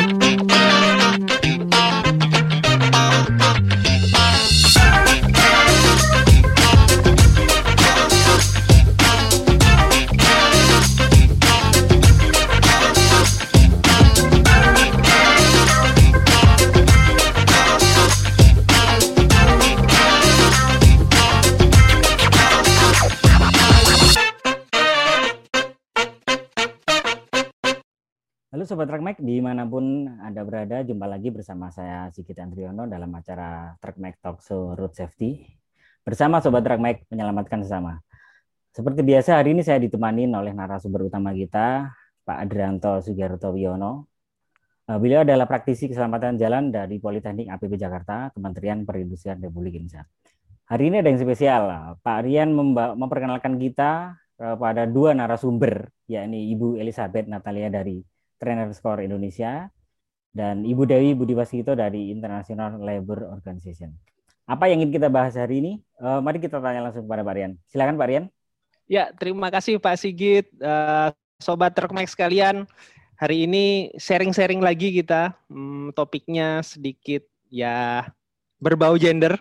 Halo Sobat Trekmek, dimanapun Anda berada, jumpa lagi bersama saya Sigit Andriono dalam acara Trekmek Talk Show Road Safety. Bersama Sobat Trekmek, menyelamatkan sesama. Seperti biasa, hari ini saya ditemani oleh narasumber utama kita, Pak Adrianto Sugiarto Wiono. Beliau adalah praktisi keselamatan jalan dari Politeknik APB Jakarta, Kementerian Perindustrian Republik Indonesia. Hari ini ada yang spesial, Pak Rian memperkenalkan kita pada dua narasumber, yakni Ibu Elizabeth Natalia dari Trainer Score Indonesia dan Ibu Dewi Budi Waskito dari International Labour Organization. Apa yang ingin kita bahas hari ini? Mari kita tanya langsung kepada Pak Rian. Silakan Pak Rian. Ya, terima kasih Pak Sigit. Sobat Trekmek sekalian, hari ini sharing-sharing lagi kita. Topiknya sedikit ya berbau gender.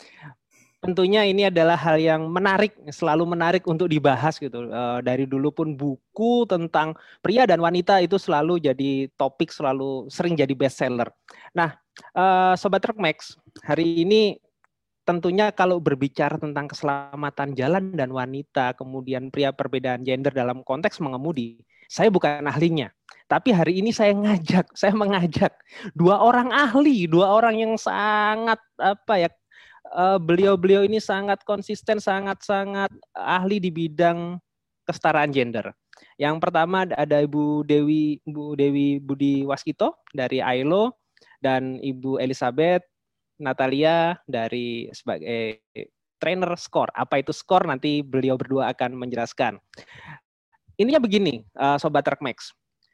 Tentunya ini adalah hal yang menarik, selalu menarik untuk dibahas gitu. Dari dulu pun buku tentang pria dan wanita itu selalu jadi topik, selalu sering jadi bestseller. Nah, Sobat Trekmax, hari ini tentunya kalau berbicara tentang keselamatan jalan dan wanita, kemudian pria perbedaan gender dalam konteks mengemudi, saya bukan ahlinya. Tapi hari ini saya mengajak dua orang ahli, dua orang yang sangat beliau-beliau ini sangat konsisten, sangat-sangat ahli di bidang kesetaraan gender. Yang pertama ada Ibu Dewi Budi Waskito dari ILO dan Ibu Elizabeth Natalia dari sebagai trainer SCORE. Apa itu SCORE? Nanti beliau berdua akan menjelaskan. Ininya begini, Sobat Trekmax.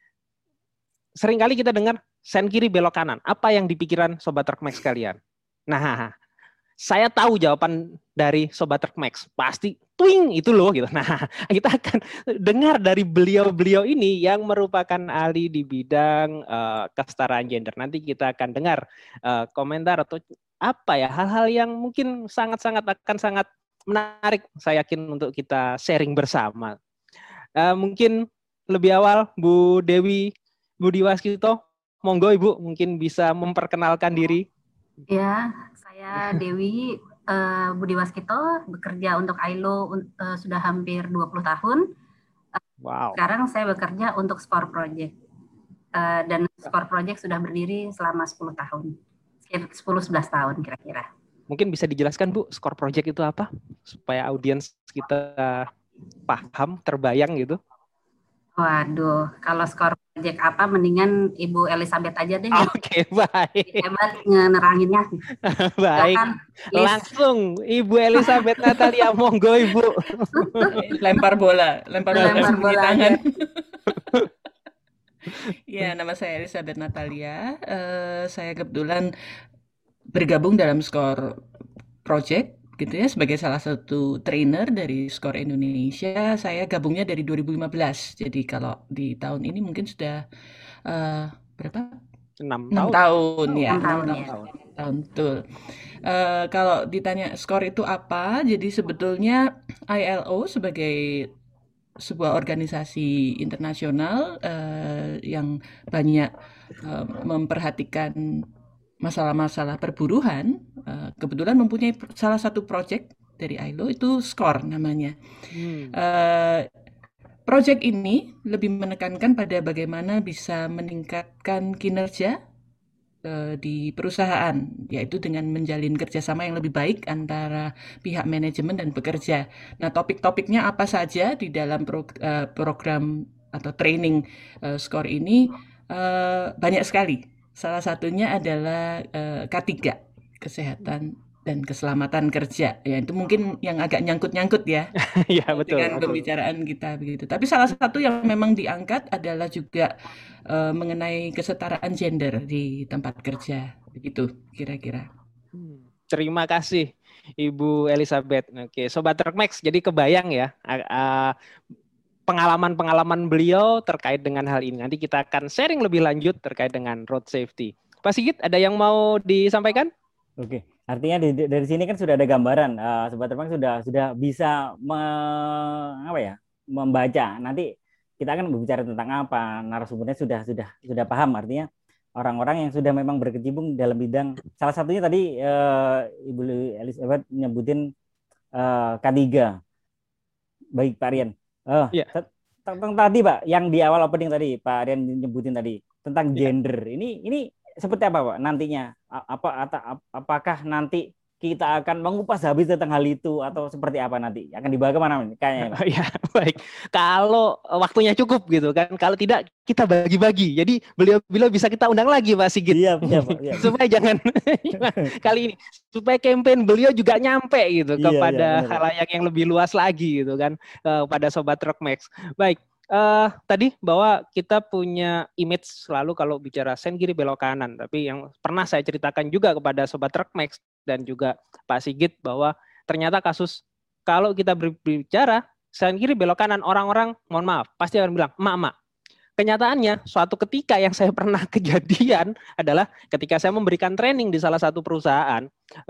Seringkali kita dengar sen kiri belok kanan. Apa yang dipikiran Sobat Trekmax sekalian? Nah, saya tahu jawaban dari Sobat Trekmax, pasti twing itu loh gitu. Nah, kita akan dengar dari beliau-beliau ini yang merupakan ahli di bidang kesetaraan gender. Nanti kita akan dengar komentar atau apa ya hal-hal yang mungkin sangat menarik. Saya yakin untuk kita sharing bersama. Mungkin lebih awal Bu Dewi Budi Waskito, monggo Ibu mungkin bisa memperkenalkan diri. Ya, saya Dewi Budi Waskito, bekerja untuk ILO sudah hampir 20 tahun. Wow. Sekarang saya bekerja untuk SCORE Project. Dan SCORE Project sudah berdiri selama 10 tahun. 10-11 tahun kira-kira. Mungkin bisa dijelaskan Bu, SCORE Project itu apa? Supaya audiens kita paham, terbayang gitu. Waduh, kalau SCORE Project apa, mendingan Ibu Elizabeth aja deh. Oke, baik. Hebat ngeneranginnya. Baik. Langsung Ibu Elizabeth Natalia, monggo Ibu. Lempar bola tangan. Ya, nama saya Elizabeth Natalia. Saya kebetulan bergabung dalam SCORE Project gitu ya, sebagai salah satu trainer dari SCORE Indonesia. Saya gabungnya dari 2015. Jadi kalau di tahun ini mungkin sudah berapa? 6 tahun ya. 6 tahun betul. Kalau ditanya SCORE itu apa? Jadi sebetulnya ILO sebagai sebuah organisasi internasional yang banyak memperhatikan masalah-masalah perburuhan, kebetulan mempunyai salah satu project dari ILO, itu SCORE namanya. Project ini lebih menekankan pada bagaimana bisa meningkatkan kinerja di perusahaan, yaitu dengan menjalin kerjasama yang lebih baik antara pihak manajemen dan pekerja. Nah, topik-topiknya apa saja di dalam program atau training SCORE ini banyak sekali. Salah satunya adalah K3, kesehatan dan keselamatan kerja. Ya, itu mungkin yang agak nyangkut-nyangkut ya. Ya, betul. Dengan pembicaraan kita begitu. Tapi salah satu yang memang diangkat adalah juga mengenai kesetaraan gender di tempat kerja. Begitu kira-kira. Terima kasih Ibu Elizabeth. Oke, Sobat Trekmax, jadi kebayang ya pengalaman-pengalaman beliau terkait dengan hal ini. Nanti kita akan sharing lebih lanjut terkait dengan road safety. Pak Sigit, ada yang mau disampaikan? Oke, artinya dari sini kan sudah ada gambaran, Sobat Terbang sudah bisa membaca. Nanti kita akan berbicara tentang apa, narasumbernya sudah paham. Artinya orang-orang yang sudah memang berkecimpung dalam bidang, salah satunya tadi Ibu Elizabeth nyebutin K3. Baik Pak Rian. Iya. Tentang tadi Pak, yang di awal opening tadi Pak Rian nyebutin tadi tentang gender. Ini seperti apa Pak nantinya? Apakah nanti kita akan mengupas habis tentang hal itu atau seperti apa nanti? Akan dibahas kemana kayaknya? Ya, baik. Kalau waktunya cukup gitu kan. Kalau tidak kita bagi-bagi. Jadi beliau bisa kita undang lagi Pak Sigit. Iya. Supaya jangan kali ini supaya campaign beliau juga nyampe gitu kepada khalayak yang lebih luas lagi gitu kan, pada Sobat Trukmax. Baik. Tadi bahwa kita punya image selalu kalau bicara sen kiri belok kanan, tapi yang pernah saya ceritakan juga kepada Sobat Trukmax dan juga Pak Sigit bahwa ternyata kasus kalau kita berbicara sen kiri belok kanan, orang-orang mohon maaf pasti akan bilang emak-emak. Kenyataannya suatu ketika yang saya pernah kejadian adalah ketika saya memberikan training di salah satu perusahaan,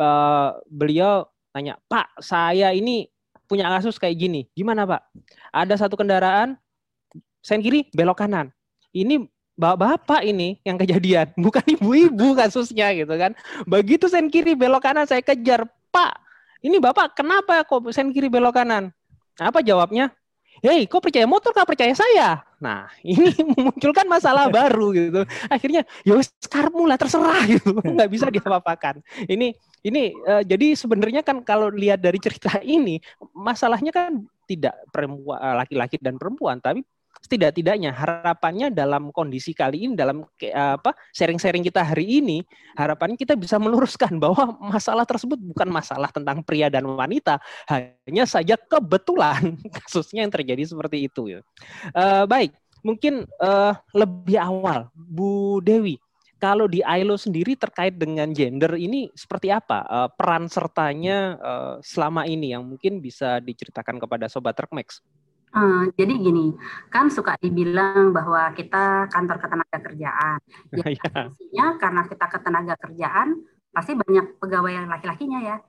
beliau tanya, Pak saya ini punya kasus kayak gini, gimana Pak? Ada satu kendaraan sen kiri belok kanan. Ini bapak ini yang kejadian, bukan ibu-ibu kasusnya gitu kan. Begitu sen kiri belok kanan saya kejar, Pak, ini bapak kenapa kok sen kiri belok kanan? Apa jawabnya? Hei, kok percaya motor kah percaya saya? Nah, ini memunculkan masalah baru gitu. Akhirnya, ya sekarang mulai terserah gitu, nggak bisa diapa-apakan. Ini jadi sebenarnya kan kalau lihat dari cerita ini, masalahnya kan tidak laki-laki dan perempuan, tapi setidak-tidaknya harapannya dalam kondisi kali ini, dalam sharing-sharing kita hari ini, harapannya kita bisa meluruskan bahwa masalah tersebut bukan masalah tentang pria dan wanita, hanya saja kebetulan kasusnya yang terjadi seperti itu. Baik, mungkin lebih awal, Bu Dewi, kalau di ILO sendiri terkait dengan gender ini seperti apa peran sertanya selama ini yang mungkin bisa diceritakan kepada Sobat Trukmax? Jadi gini, kan suka dibilang bahwa kita kantor ketenagakerjaan. Pastinya karena kita ketenagakerjaan, pasti banyak pegawai yang laki-lakinya ya.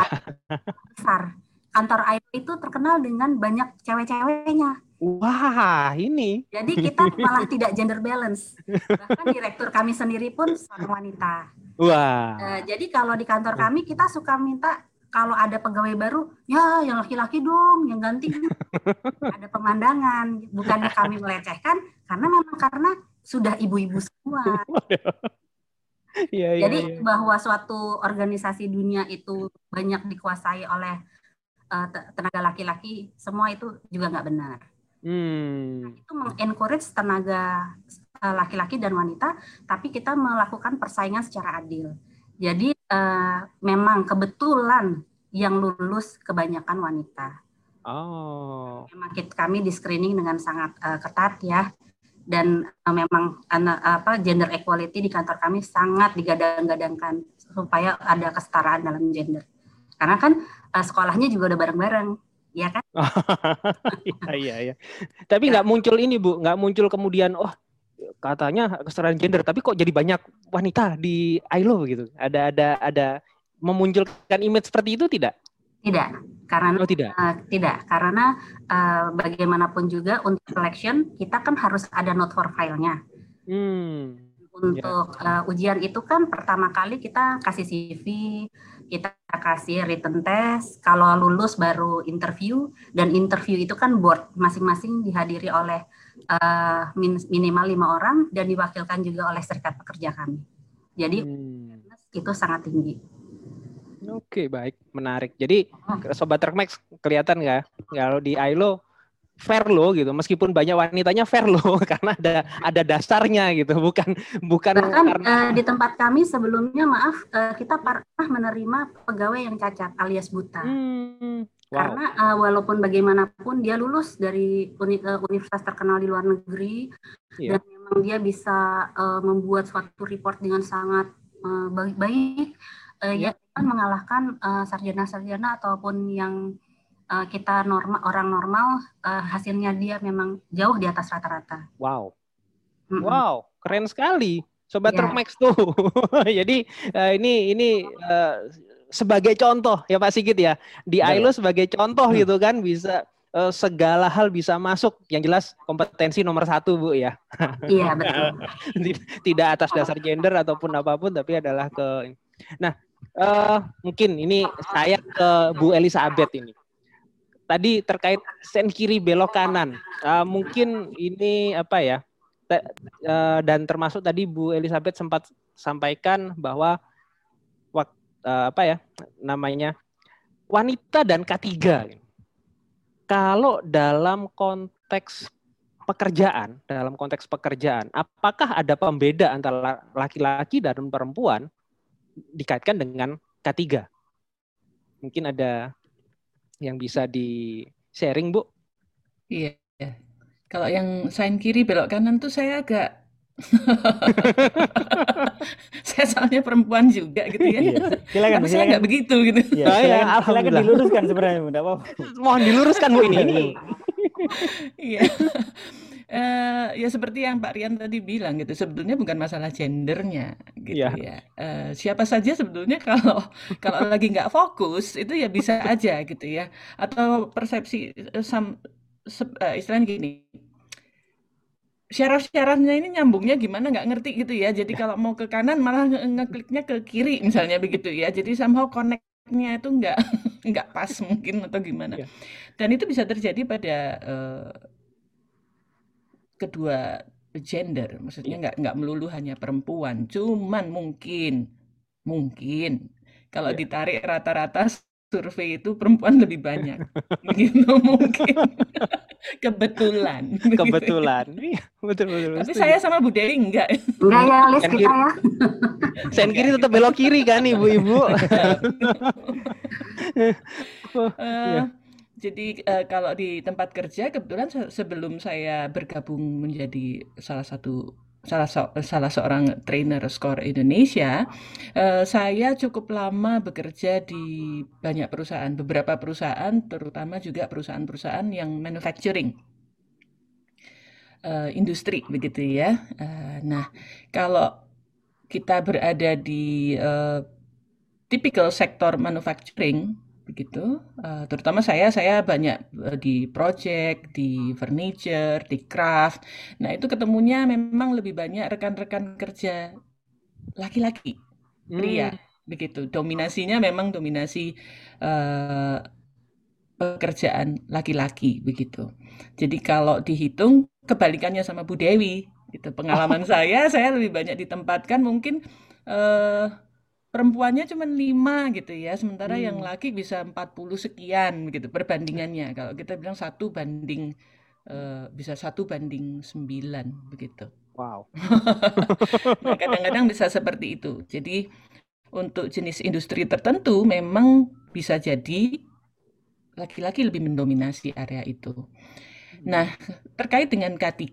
Besar. Kantor ILO itu terkenal dengan banyak cewek-ceweknya. Wah, ini. Jadi kita malah tidak gender balance. Bahkan direktur kami sendiri pun seorang wanita. Wah. Jadi kalau di kantor kami kita suka minta kalau ada pegawai baru, ya yang laki-laki dong, yang ganti. Ada pemandangan, bukannya kami melecehkan, karena sudah ibu-ibu semua. Jadi bahwa suatu organisasi dunia itu banyak dikuasai oleh tenaga laki-laki, semua itu juga nggak benar. Itu mengencourage tenaga laki-laki dan wanita, tapi kita melakukan persaingan secara adil. Jadi memang kebetulan yang lulus kebanyakan wanita. Memang kami di screening dengan sangat ketat ya, dan memang gender equality di kantor kami sangat digadang-gadangkan supaya ada kesetaraan dalam gender. Karena kan sekolahnya juga udah bareng-bareng, ya kan? Iya. Tapi nggak muncul ini Bu, nggak muncul kemudian katanya kesetaraan gender, tapi kok jadi banyak wanita di ILO gitu? Ada memunculkan image seperti itu tidak? Tidak, karena bagaimanapun juga untuk selection kita kan harus ada note for file-nya. Untuk ujian itu kan pertama kali kita kasih CV, kita kasih written test, kalau lulus baru interview, dan interview itu kan board masing-masing dihadiri oleh minimal 5 orang dan diwakilkan juga oleh serikat pekerja kami. Jadi itu sangat tinggi. Oke, baik, menarik. Jadi Sobat Trukmax kelihatan nggak kalau di ILO fair loh gitu, meskipun banyak wanitanya fair loh karena ada dasarnya gitu, bukan bahkan karena di tempat kami sebelumnya kita pernah menerima pegawai yang cacat alias buta. Karena walaupun bagaimanapun dia lulus dari universitas terkenal di luar negeri, dan memang dia bisa membuat suatu report dengan sangat baik, ya kan mengalahkan sarjana-sarjana ataupun yang kita orang normal hasilnya dia memang jauh di atas rata-rata. Wow, wow, keren sekali, Sobat Ya. Trukmax tuh. Jadi ini sebagai contoh ya Pak Sigit ya, di ILO sebagai contoh gitu kan, bisa segala hal bisa masuk. Yang jelas kompetensi nomor 1 Bu ya. Iya betul. Tidak atas dasar gender ataupun apapun, tapi adalah ke. Nah, mungkin ini saya ke Bu Elizabeth ini. Tadi terkait sen kiri belok kanan, mungkin ini apa ya? Dan termasuk tadi Bu Elizabeth sempat sampaikan bahwa apa ya namanya wanita dan K3. Kalau dalam konteks pekerjaan, apakah ada pembeda antara laki-laki dan perempuan dikaitkan dengan K3? Mungkin ada yang bisa di-sharing, Bu? Iya. Kalau yang sign kiri belok kanan tuh saya agak saya soalnya perempuan juga gitu ya. Iya. Silakan, Tapi saya nggak begitu gitu. Ya, silakan diluruskan sebenarnya, Bu. Mohon diluruskan Bu ini. Iya. Ya seperti yang Pak Rian tadi bilang gitu, sebetulnya bukan masalah gendernya gitu ya. Siapa saja sebetulnya kalau lagi nggak fokus itu ya bisa aja gitu ya. Atau persepsi istilahnya gini, syaraf-syarafnya ini nyambungnya gimana nggak ngerti gitu ya. Jadi kalau mau ke kanan malah ngekliknya ke kiri misalnya begitu ya. Jadi somehow connect-nya itu nggak pas mungkin atau gimana. Dan itu bisa terjadi pada kedua gender, maksudnya nggak melulu hanya perempuan, cuman mungkin kalau ditarik rata-rata survei itu perempuan lebih banyak, begitu mungkin. Kebetulan. Betul. Tapi saya sama Bu Dewi enggak ya, Lis kita ya. Sen kiri tetap belok kiri kan ibu-ibu. Jadi kalau di tempat kerja kebetulan sebelum saya bergabung menjadi salah seorang trainer SCORE Indonesia, saya cukup lama bekerja di banyak perusahaan, beberapa perusahaan, terutama juga perusahaan-perusahaan yang manufacturing, industri begitu ya. Nah, kalau kita berada di typical sektor manufacturing begitu, terutama saya banyak di project, di furniture, di craft. Nah itu ketemunya memang lebih banyak rekan-rekan kerja laki-laki, pria begitu. Dominasinya memang dominasi pekerjaan laki-laki begitu. Jadi kalau dihitung kebalikannya sama Bu Dewi, gitu. Pengalaman saya lebih banyak ditempatkan mungkin perempuannya cuma 5 gitu ya, sementara yang laki bisa 40 sekian gitu perbandingannya. Kalau kita bilang 1 banding bisa 1 banding 9 begitu. Wow. Nah, kadang-kadang bisa seperti itu. Jadi untuk jenis industri tertentu memang bisa jadi laki-laki lebih mendominasi area itu. Nah, terkait dengan K3,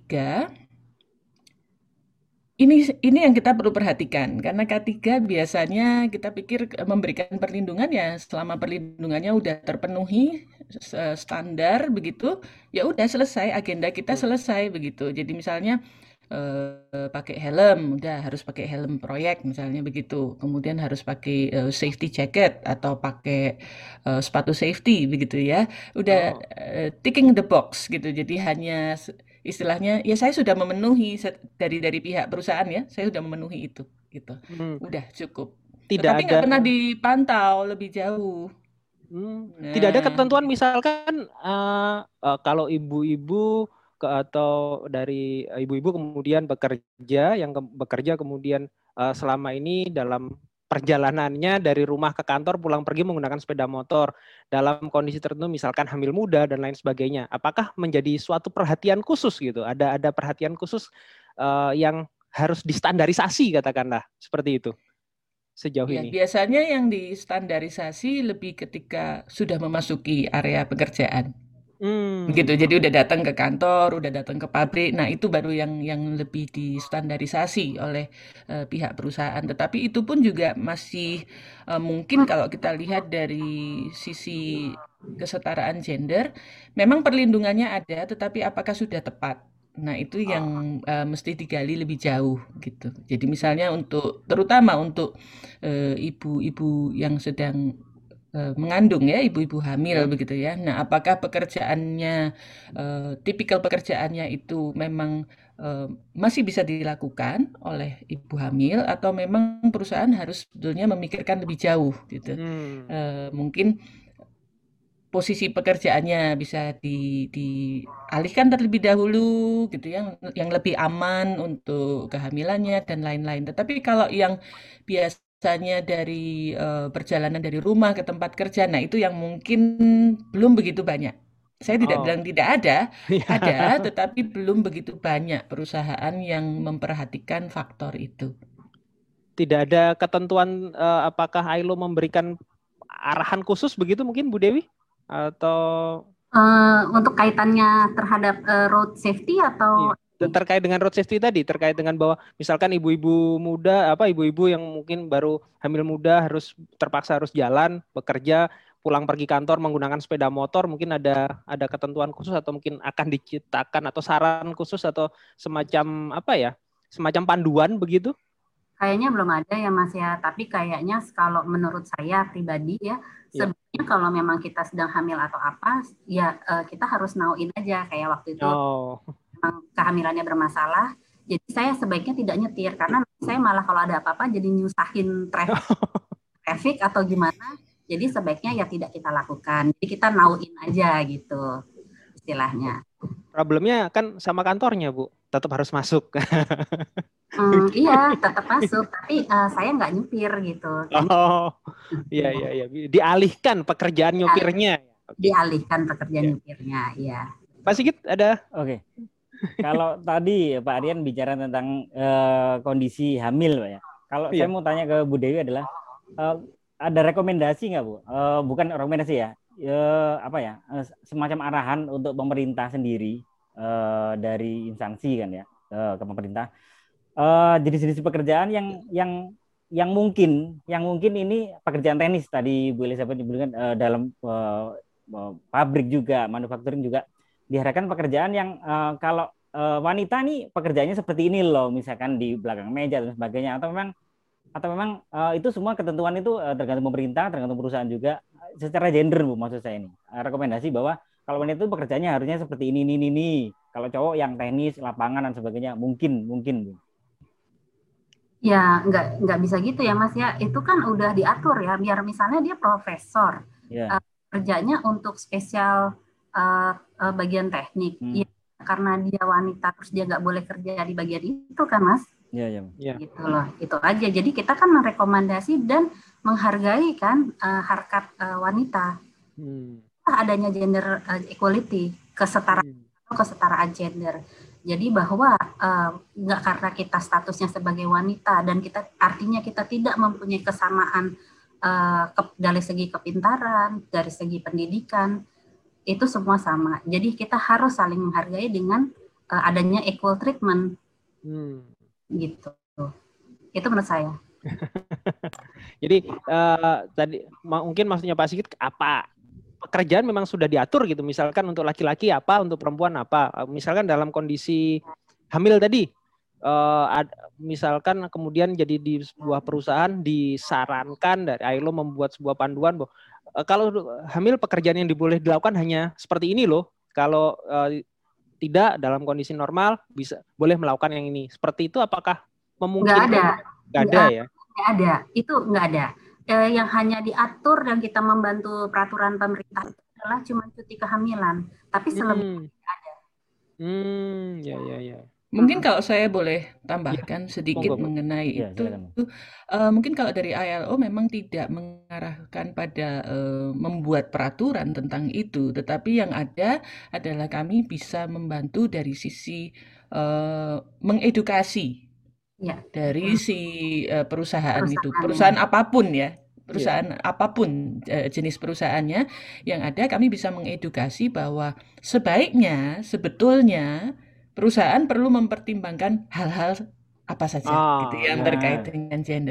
ini yang kita perlu perhatikan, karena K3 biasanya kita pikir memberikan perlindungan ya selama perlindungannya udah terpenuhi standar begitu, ya udah selesai, agenda kita selesai begitu. Jadi misalnya pakai helm, udah harus pakai helm proyek misalnya begitu. Kemudian harus pakai safety jacket atau pakai sepatu safety begitu ya. Udah ticking the box gitu. Jadi hanya istilahnya ya saya sudah memenuhi dari pihak perusahaan ya, saya sudah memenuhi itu gitu. Udah cukup. Tapi nggak pernah dipantau lebih jauh. Tidak ada ketentuan misalkan kalau ibu-ibu atau dari ibu-ibu kemudian bekerja kemudian selama ini dalam perjalanannya dari rumah ke kantor pulang pergi menggunakan sepeda motor dalam kondisi tertentu misalkan hamil muda dan lain sebagainya, apakah menjadi suatu perhatian khusus gitu, ada perhatian khusus yang harus distandarisasi katakanlah seperti itu sejauh ini? Biasanya yang distandarisasi lebih ketika sudah memasuki area pekerjaan. Begitu, jadi udah datang ke kantor, udah datang ke pabrik, nah itu baru yang lebih distandarisasi oleh pihak perusahaan. Tetapi itu pun juga masih mungkin kalau kita lihat dari sisi kesetaraan gender, memang perlindungannya ada, tetapi apakah sudah tepat? Nah, itu yang mesti digali lebih jauh gitu. Jadi misalnya terutama untuk ibu-ibu yang sedang mengandung ya, ibu-ibu hamil begitu ya. Nah, apakah pekerjaannya, tipikal pekerjaannya itu memang masih bisa dilakukan oleh ibu hamil atau memang perusahaan harus sebetulnya memikirkan lebih jauh gitu. Mungkin posisi pekerjaannya bisa dialihkan terlebih dahulu gitu ya, yang lebih aman untuk kehamilannya dan lain-lain. Tetapi kalau yang biasanya dari perjalanan dari rumah ke tempat kerja, nah itu yang mungkin belum begitu banyak. Saya tidak bilang tidak ada, tetapi belum begitu banyak perusahaan yang memperhatikan faktor itu. Tidak ada ketentuan apakah ILO memberikan arahan khusus begitu mungkin Bu Dewi? Atau untuk kaitannya terhadap road safety atau terkait dengan road safety tadi, terkait dengan bahwa misalkan ibu-ibu muda, ibu-ibu yang mungkin baru hamil muda terpaksa harus jalan, bekerja, pulang pergi kantor menggunakan sepeda motor, mungkin ada ketentuan khusus atau mungkin akan diciptakan atau saran khusus atau semacam semacam panduan begitu? Kayaknya belum ada ya Mas ya, tapi kayaknya kalau menurut saya pribadi ya, sebenarnya kalau memang kita sedang hamil atau apa, ya kita harus know-in aja, kayak waktu itu memang kehamilannya bermasalah, jadi saya sebaiknya tidak nyetir, karena saya malah kalau ada apa-apa jadi nyusahin traffic atau gimana, jadi sebaiknya ya tidak kita lakukan, jadi kita know-in aja gitu istilahnya. Problemnya kan sama kantornya Bu, tetap harus masuk. Iya, tetap masuk, tapi saya nggak nyupir gitu. Iya. Dialihkan pekerjaan nyupirnya. Dialihkan pekerjaan nyupirnya, iya. Pak Sigit ada? Oke. Kalau tadi Pak Aryan bicara tentang kondisi hamil, Pak ya. Kalau saya mau tanya ke Bu Dewi adalah ada rekomendasi nggak Bu? Bukan rekomendasi ya, semacam arahan untuk pemerintah sendiri dari instansi kan ya ke pemerintah. Jenis-jenis pekerjaan yang mungkin ini pekerjaan teknis tadi Bu Elizabeth menyebutkan dalam pabrik juga, manufacturing juga diharapkan pekerjaan yang kalau wanita nih pekerjaannya seperti ini loh, misalkan di belakang meja dan sebagainya, atau memang itu semua ketentuan itu tergantung pemerintah, tergantung perusahaan juga secara gender Bu, maksud saya ini rekomendasi bahwa kalau wanita itu pekerjaannya harusnya seperti ini. Kalau cowok yang teknis, lapangan dan sebagainya mungkin Bu. Ya, nggak bisa gitu ya Mas ya. Itu kan udah diatur ya. Biar misalnya dia profesor, kerjanya untuk spesial bagian teknik. Ya, karena dia wanita terus dia nggak boleh kerja di bagian itu kan Mas? Iya. Gitu loh. Itu aja. Jadi kita kan merekomendasi dan menghargai kan harkat wanita. Adanya gender equality, kesetaraan gender. Jadi bahwa nggak karena kita statusnya sebagai wanita dan artinya kita tidak mempunyai kesamaan dari segi kepintaran, dari segi pendidikan, itu semua sama. Jadi kita harus saling menghargai dengan adanya equal treatment. Gitu. Itu menurut saya. Jadi tadi mungkin maksudnya Pak Sigit apa? Pekerjaan memang sudah diatur gitu, misalkan untuk laki-laki apa, untuk perempuan apa, misalkan dalam kondisi hamil tadi, misalkan kemudian jadi di sebuah perusahaan disarankan dari ILO membuat sebuah panduan bahwa kalau hamil pekerjaan yang boleh dilakukan hanya seperti ini loh, kalau tidak dalam kondisi normal boleh melakukan yang ini, seperti itu apakah memungkinkan? Nggak ada ya? Nggak ada, itu nggak ada. Yang hanya diatur dan kita membantu peraturan pemerintah itu adalah cuma cuti kehamilan, tapi selebihnya tidak ada. Ya. Mungkin kalau saya boleh tambahkan sedikit mengenai itu, mungkin kalau dari ILO memang tidak mengarahkan pada membuat peraturan tentang itu, tetapi yang ada adalah kami bisa membantu dari sisi mengedukasi dari si perusahaan itu, perusahaan apapun ya, apapun jenis perusahaannya, yang ada kami bisa mengedukasi bahwa sebetulnya perusahaan perlu mempertimbangkan hal-hal apa saja gitu yang terkait dengan gender.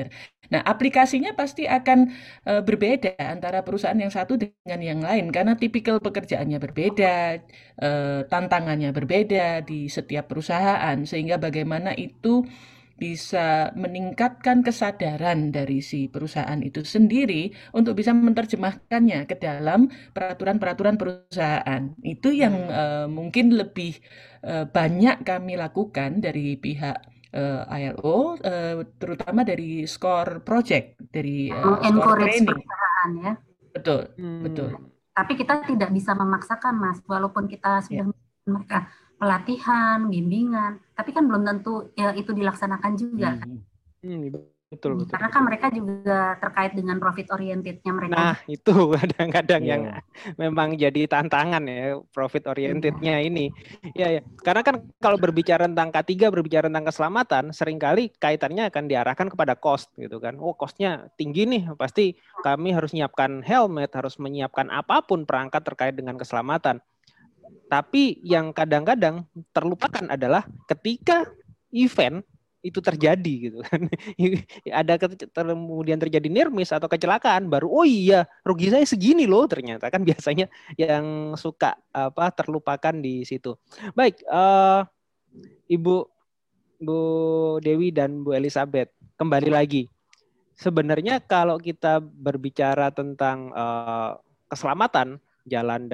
Nah, aplikasinya pasti akan berbeda antara perusahaan yang satu dengan yang lain karena tipikal pekerjaannya berbeda, tantangannya berbeda di setiap perusahaan, sehingga bagaimana itu bisa meningkatkan kesadaran dari si perusahaan itu sendiri untuk bisa menerjemahkannya ke dalam peraturan-peraturan perusahaan. Itu yang mungkin lebih banyak kami lakukan dari pihak ILO, terutama dari SCORE project, dari SCORE Encourage training. perusahaan ya. Betul, betul. Tapi kita tidak bisa memaksakan, Mas, walaupun kita sudah mereka pelatihan, bimbingan, tapi kan belum tentu ya, itu dilaksanakan juga. Betul. Karena kan mereka juga terkait dengan profit oriented-nya mereka. Nah, itu kadang-kadang yang memang jadi tantangan ya, profit oriented-nya ini. Ya. Karena kan kalau berbicara tentang K3, berbicara tentang keselamatan, seringkali kaitannya akan diarahkan kepada cost gitu kan. Oh, cost-nya tinggi nih, pasti kami harus menyiapkan helmet, harus menyiapkan apapun perangkat terkait dengan keselamatan. Tapi yang kadang-kadang terlupakan adalah ketika event itu terjadi gitu kan. Ada kemudian terjadi near miss atau kecelakaan, baru oh iya rugi saya segini loh, ternyata kan biasanya yang suka terlupakan di situ. Baik, Ibu Dewi dan Bu Elizabeth, kembali lagi. Sebenarnya kalau kita berbicara tentang keselamatan jalan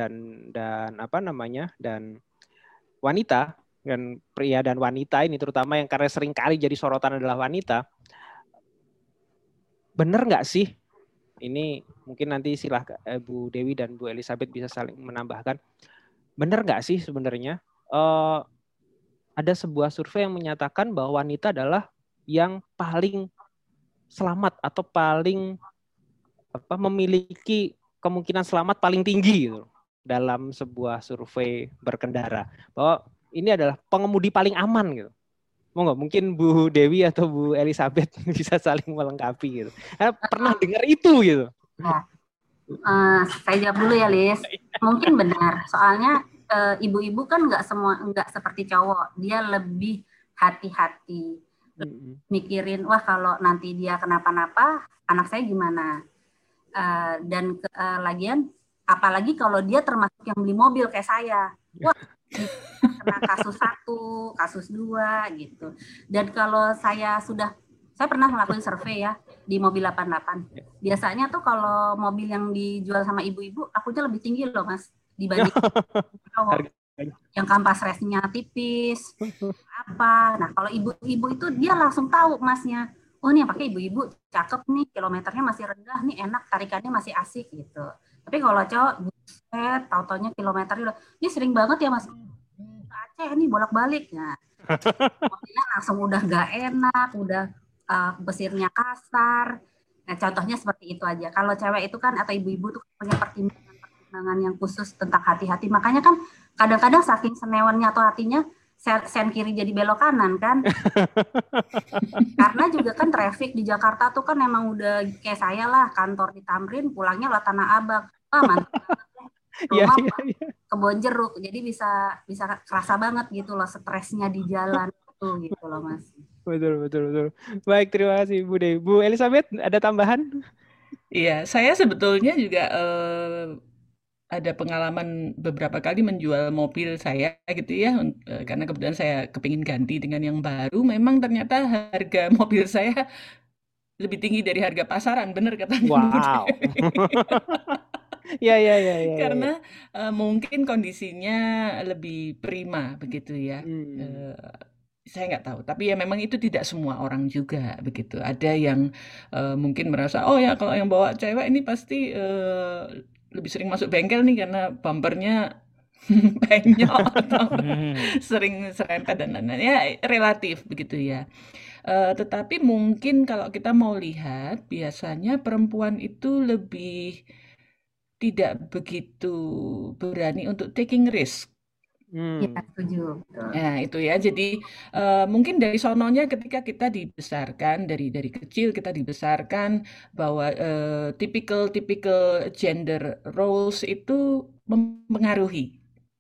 dan wanita, dan pria dan wanita ini terutama yang karena sering kali jadi sorotan adalah wanita, benar nggak sih? Ini mungkin nanti silahkan Bu Dewi dan Bu Elizabeth bisa saling menambahkan. Benar nggak sih sebenarnya ada sebuah survei yang menyatakan bahwa wanita adalah yang paling selamat atau paling memiliki kemungkinan selamat paling tinggi gitu, dalam sebuah survei berkendara, bahwa ini adalah pengemudi paling aman gitu. Mungkin Bu Dewi atau Bu Elizabeth bisa saling melengkapi gitu. Karena pernah dengar itu gitu. Nah, saya jawab dulu ya, Lis. Mungkin benar, soalnya ibu-ibu kan nggak seperti cowok, dia lebih hati-hati, mikirin wah kalau nanti dia kenapa-napa, anak saya gimana. Dan lagian apalagi kalau dia termasuk yang beli mobil kayak saya, wah kena kasus 1, kasus 2 gitu. Dan kalau saya pernah melakukan survei ya di mobil 88. Biasanya tuh kalau mobil yang dijual sama ibu-ibu akunya lebih tinggi loh, Mas, dibanding cowok. Yang kampas resnya tipis apa. Nah kalau ibu-ibu itu dia langsung tahu Masnya, oh nih yang pakai ibu-ibu cakep nih, kilometernya masih rendah nih, enak, tarikannya masih asik gitu. Tapi kalau cowok, buset, tau-taunya kilometernya udah, ini sering banget ya Mas, Aceh nih bolak-balik. Nah, mobilnya langsung udah gak enak, udah besirnya kasar. Nah, contohnya seperti itu aja. Kalau cewek itu kan atau ibu-ibu tuh punya pertimbangan yang khusus tentang hati-hati. Makanya kan kadang-kadang saking senewannya atau hatinya, sen kiri jadi belok kanan kan. Karena juga kan traffic di Jakarta tuh kan emang udah kayak saya lah, kantor di Tamrin, pulangnya lah Tanah Abang. Mantap banget ya. Kebon Jeruk, jadi bisa kerasa banget gitu loh stresnya di jalan tuh gitu loh Mas. Betul. Baik, terima kasih Bu Dewi. Bu Elizabeth, ada tambahan? Iya, saya sebetulnya juga ada pengalaman beberapa kali menjual mobil saya gitu ya, karena kebetulan saya kepingin ganti dengan yang baru. Memang ternyata harga mobil saya lebih tinggi dari harga pasaran, bener katanya. Wow. Ya. Karena mungkin kondisinya lebih prima begitu ya. Saya nggak tahu, tapi ya memang itu tidak semua orang juga begitu. Ada yang mungkin merasa, oh ya kalau yang bawa cewek ini pasti lebih sering masuk bengkel nih karena bumpernya penyok atau sering serempet dan lain-lain. Ya relatif begitu ya. Tetapi mungkin kalau kita mau lihat, biasanya perempuan itu lebih tidak begitu berani untuk taking risk. Ya, setuju. Nah, itu ya. Jadi mungkin dari sononya ketika kita dibesarkan dari kecil kita dibesarkan bahwa typical gender roles itu mempengaruhi.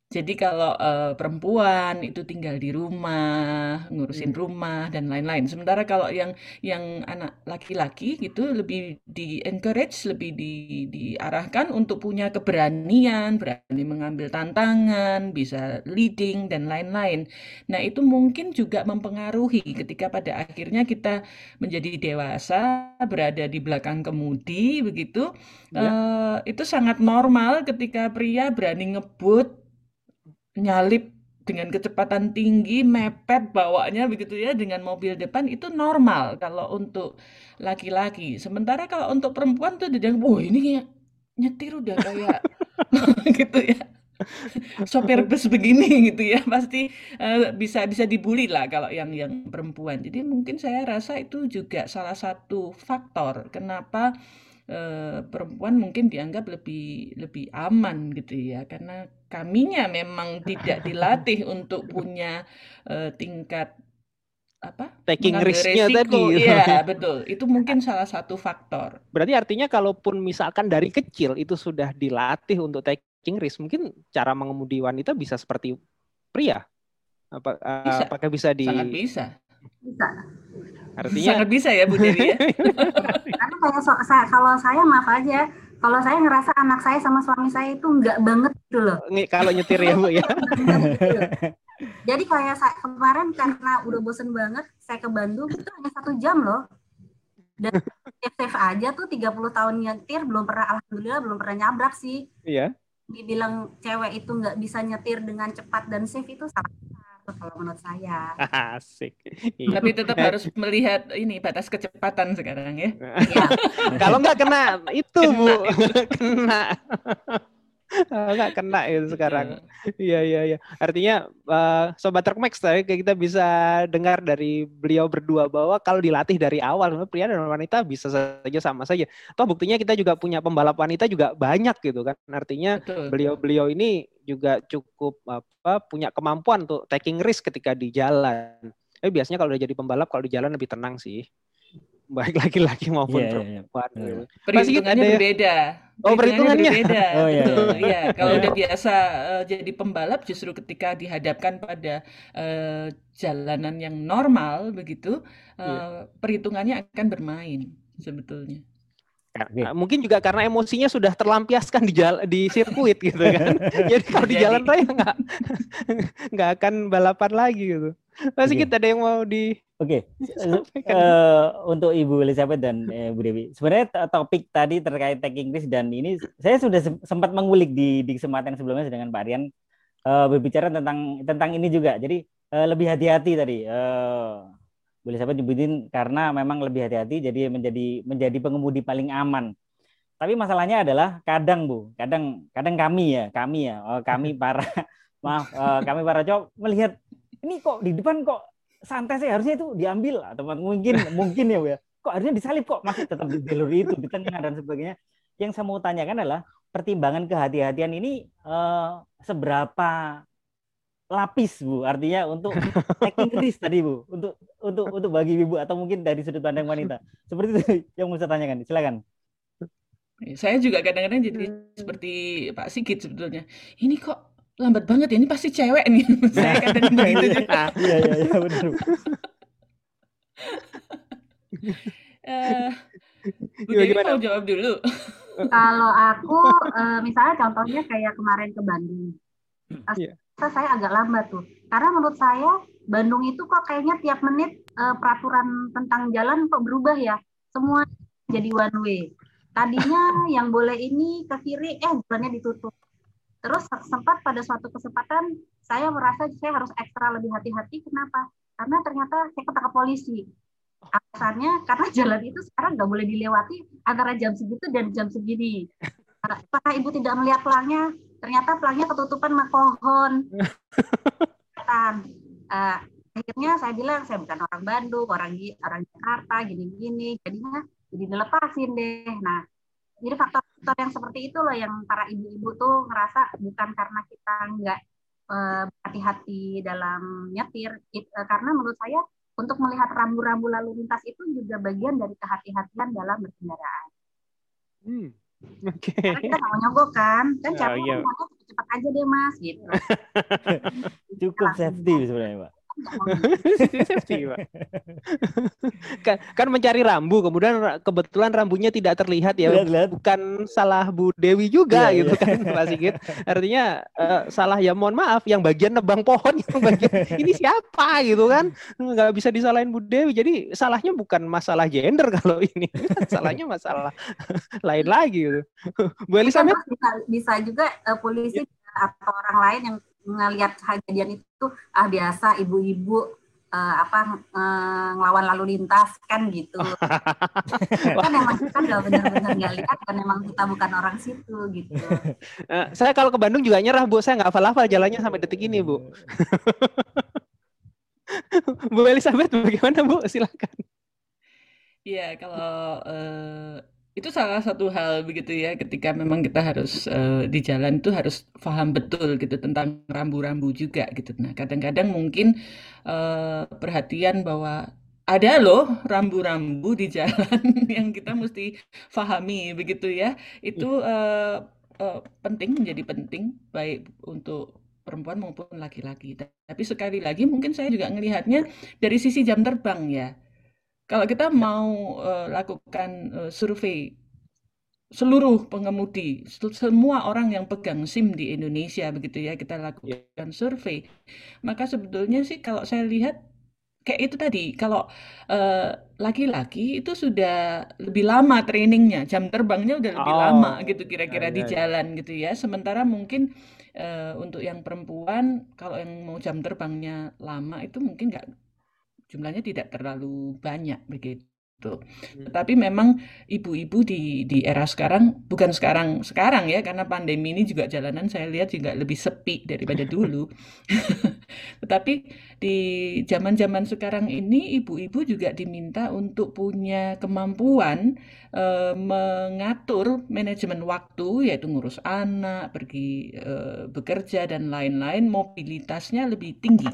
Jadi kalau perempuan itu tinggal di rumah, ngurusin rumah dan lain-lain. Sementara kalau yang anak laki-laki gitu lebih di-encourage, lebih diarahkan untuk punya keberanian, berani mengambil tantangan, bisa leading dan lain-lain. Nah, itu mungkin juga mempengaruhi ketika pada akhirnya kita menjadi dewasa, berada di belakang kemudi begitu. Itu sangat normal ketika pria berani ngebut, nyalip dengan kecepatan tinggi, mepet bawanya begitu ya dengan mobil depan, itu normal kalau untuk laki-laki. Sementara kalau untuk perempuan tuh dia bilang, wah ini kayak nyetir udah kayak gitu ya, sopir bus begini gitu ya, pasti bisa bisa dibully lah kalau yang perempuan. Jadi mungkin saya rasa itu juga salah satu faktor kenapa perempuan mungkin dianggap lebih lebih aman gitu ya, karena kaminya memang tidak dilatih untuk punya tingkat apa, Taking mengambil risk-nya resiko. tadi. Iya, betul. Itu mungkin salah satu faktor. Berarti artinya kalaupun misalkan dari kecil itu sudah dilatih untuk taking risk, mungkin cara mengemudi wanita bisa seperti pria. Bisa, Apakah bisa sangat bisa. Bisa. Artinya Sangat bisa ya Bu Dewi ya. Karena kayak kalau saya maaf aja, kalau saya ngerasa anak saya sama suami saya itu enggak banget gitu loh. kalau nyetir ya Bu ya. Jadi kayak saya kemarin karena udah bosen banget, saya ke Bandung itu hanya 1 jam loh. Dan safe aja tuh 30 tahun nyetir alhamdulillah belum pernah nyabrak sih. Iya. Dibilang cewek itu nggak bisa nyetir dengan cepat dan safe itu salah kalau menurut saya. Asik. Tapi tetap harus melihat ini batas kecepatan sekarang ya. Ya. Kalau nggak kena itu Kena Bu, itu. kena. Nggak kena itu sekarang. Iya. Artinya Sobat Trukmax tadi kita bisa dengar dari beliau berdua bahwa kalau dilatih dari awal, pria dan wanita bisa saja sama saja. Toh buktinya kita juga punya pembalap wanita juga banyak gitu kan. Artinya beliau ini juga cukup punya kemampuan untuk taking risk ketika di jalan. Biasanya kalau udah jadi pembalap kalau di jalan lebih tenang sih. Baik laki-laki maupun perempuan. Perhitungannya berbeda. Perhitungannya berbeda. Oh, betul. Iya. Kalau udah biasa jadi pembalap, justru ketika dihadapkan pada jalanan yang normal begitu, perhitungannya akan bermain sebetulnya. Mungkin juga karena emosinya sudah terlampiaskan di sirkuit gitu kan. Jadi kalau di jalan raya nggak akan balapan lagi gitu. Masih kita ada yang mau di untuk Ibu Elizabeth dan Bu Dewi. Sebenarnya topik tadi terkait taking risk dan ini saya sudah sempat mengulik di kesempatan sebelumnya dengan Pak Rian berbicara tentang ini juga. Jadi lebih hati-hati tadi. Bu Elizabeth nyebutin karena memang lebih hati-hati jadi menjadi pengemudi paling aman. Tapi masalahnya adalah kadang kami para cowok melihat ini kok di depan kok santai sih, harusnya itu diambil atau mungkin ya Bu ya. Kok harusnya disalip kok masih tetap di jalur itu di tengah dan sebagainya. Yang saya mau tanyakan adalah pertimbangan kehati-hatian ini seberapa lapis Bu, artinya untuk taking risk tadi Bu, untuk bagi Ibu atau mungkin dari sudut pandang wanita. Seperti itu yang mau saya tanyakan. Silakan. Saya juga kadang-kadang jadi seperti Pak Sigit sebetulnya. Ini kok lambat banget ya, ini pasti cewek nih. Saya kadang begitu juga. Iya benar. Bu Dewi mau jawab dulu. Kalau aku misalnya contohnya kayak kemarin ke Bandung. Saya agak lambat tuh. Karena menurut saya Bandung itu kok kayaknya tiap menit peraturan tentang jalan kok berubah ya. Semua jadi one way. Tadinya yang boleh ini ke kiri, jalannya ditutup. Terus sempat pada suatu kesempatan saya merasa saya harus ekstra lebih hati-hati. Kenapa? Karena ternyata saya ketangkap polisi. Alasannya karena jalan itu sekarang nggak boleh dilewati antara jam segitu dan jam segini. Apakah Ibu tidak melihat pelangnya? Ternyata pelangnya ketutupan sama pohon. Akhirnya saya bilang saya bukan orang Bandung, orang Jakarta, gini-gini. Jadinya jadi dilepasin deh. Nah, jadi faktor-faktor yang seperti itu loh yang para ibu-ibu tuh ngerasa bukan karena kita nggak hati-hati dalam nyetir, karena menurut saya untuk melihat rambu-rambu lalu lintas itu juga bagian dari kehati-hatian dalam berkendaraan. Oke. Karena kita nggak mau nyogok kan capek iya. mau cepet aja deh mas gitu. Cukup safety sebenarnya, Pak. Safety, Pak. kan mencari rambu, kemudian kebetulan rambunya tidak terlihat ya, Lihat. bukan salah Bu Dewi juga Iya, gitu iya. kan Pak Sigit. Artinya salah ya mohon maaf, yang bagian nebang pohon, yang bagian ini siapa gitu kan, nggak bisa disalahin Bu Dewi. Jadi salahnya bukan masalah gender kalau ini, salahnya masalah lain lagi gitu. Bu Kan Elizabeth? bisa juga polisi atau orang lain yang ngelihat kejadian itu biasa ibu-ibu ngelawan lalu lintas kan gitu. Kan emang kita nggak benar-benar nggak lihat kan emang kita bukan orang situ gitu. Saya kalau ke Bandung juga nyerah Bu, saya nggak hafal-hafal jalannya sampai detik ini Bu. Bu Elizabeth bagaimana Bu? Silakan. Iya, kalau itu salah satu hal begitu ya, ketika memang kita harus di jalan itu harus paham betul gitu tentang rambu-rambu juga gitu. Nah, kadang-kadang mungkin perhatian bahwa ada loh rambu-rambu di jalan yang kita mesti pahami begitu ya. Itu penting, menjadi penting baik untuk perempuan maupun laki-laki. Tapi sekali lagi mungkin saya juga ngelihatnya dari sisi jam terbang ya. Kalau kita mau lakukan survei seluruh pengemudi, semua orang yang pegang SIM di Indonesia begitu ya, kita lakukan survei, maka sebetulnya sih kalau saya lihat kayak itu tadi, kalau laki-laki itu sudah lebih lama trainingnya, jam terbangnya udah lebih lama gitu kira-kira di jalan gitu ya. Sementara mungkin untuk yang perempuan, kalau yang mau jam terbangnya lama itu mungkin nggak, jumlahnya tidak terlalu banyak begitu. Tetapi memang ibu-ibu di era sekarang, bukan sekarang ya, karena pandemi ini juga jalanan saya lihat juga lebih sepi daripada dulu. Tetapi di zaman-zaman sekarang ini ibu-ibu juga diminta untuk punya kemampuan mengatur manajemen waktu, yaitu ngurus anak, pergi bekerja dan lain-lain, mobilitasnya lebih tinggi.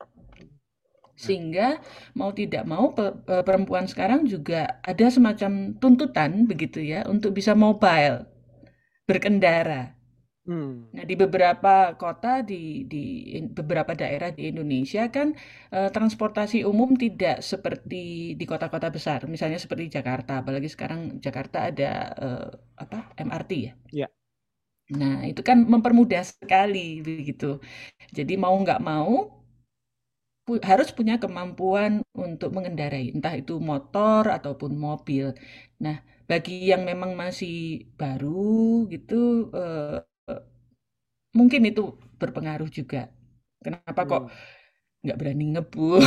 Sehingga mau tidak mau perempuan sekarang juga ada semacam tuntutan begitu ya untuk bisa mobile, berkendara. Nah, di beberapa kota di beberapa daerah di Indonesia kan transportasi umum tidak seperti di kota-kota besar, misalnya seperti Jakarta, apalagi sekarang Jakarta ada MRT ya. Ya. Nah, itu kan mempermudah sekali begitu. Jadi mau nggak mau harus punya kemampuan untuk mengendarai, entah itu motor ataupun mobil. Nah, bagi yang memang masih baru gitu, mungkin itu berpengaruh juga. Kenapa kok nggak berani ngebut,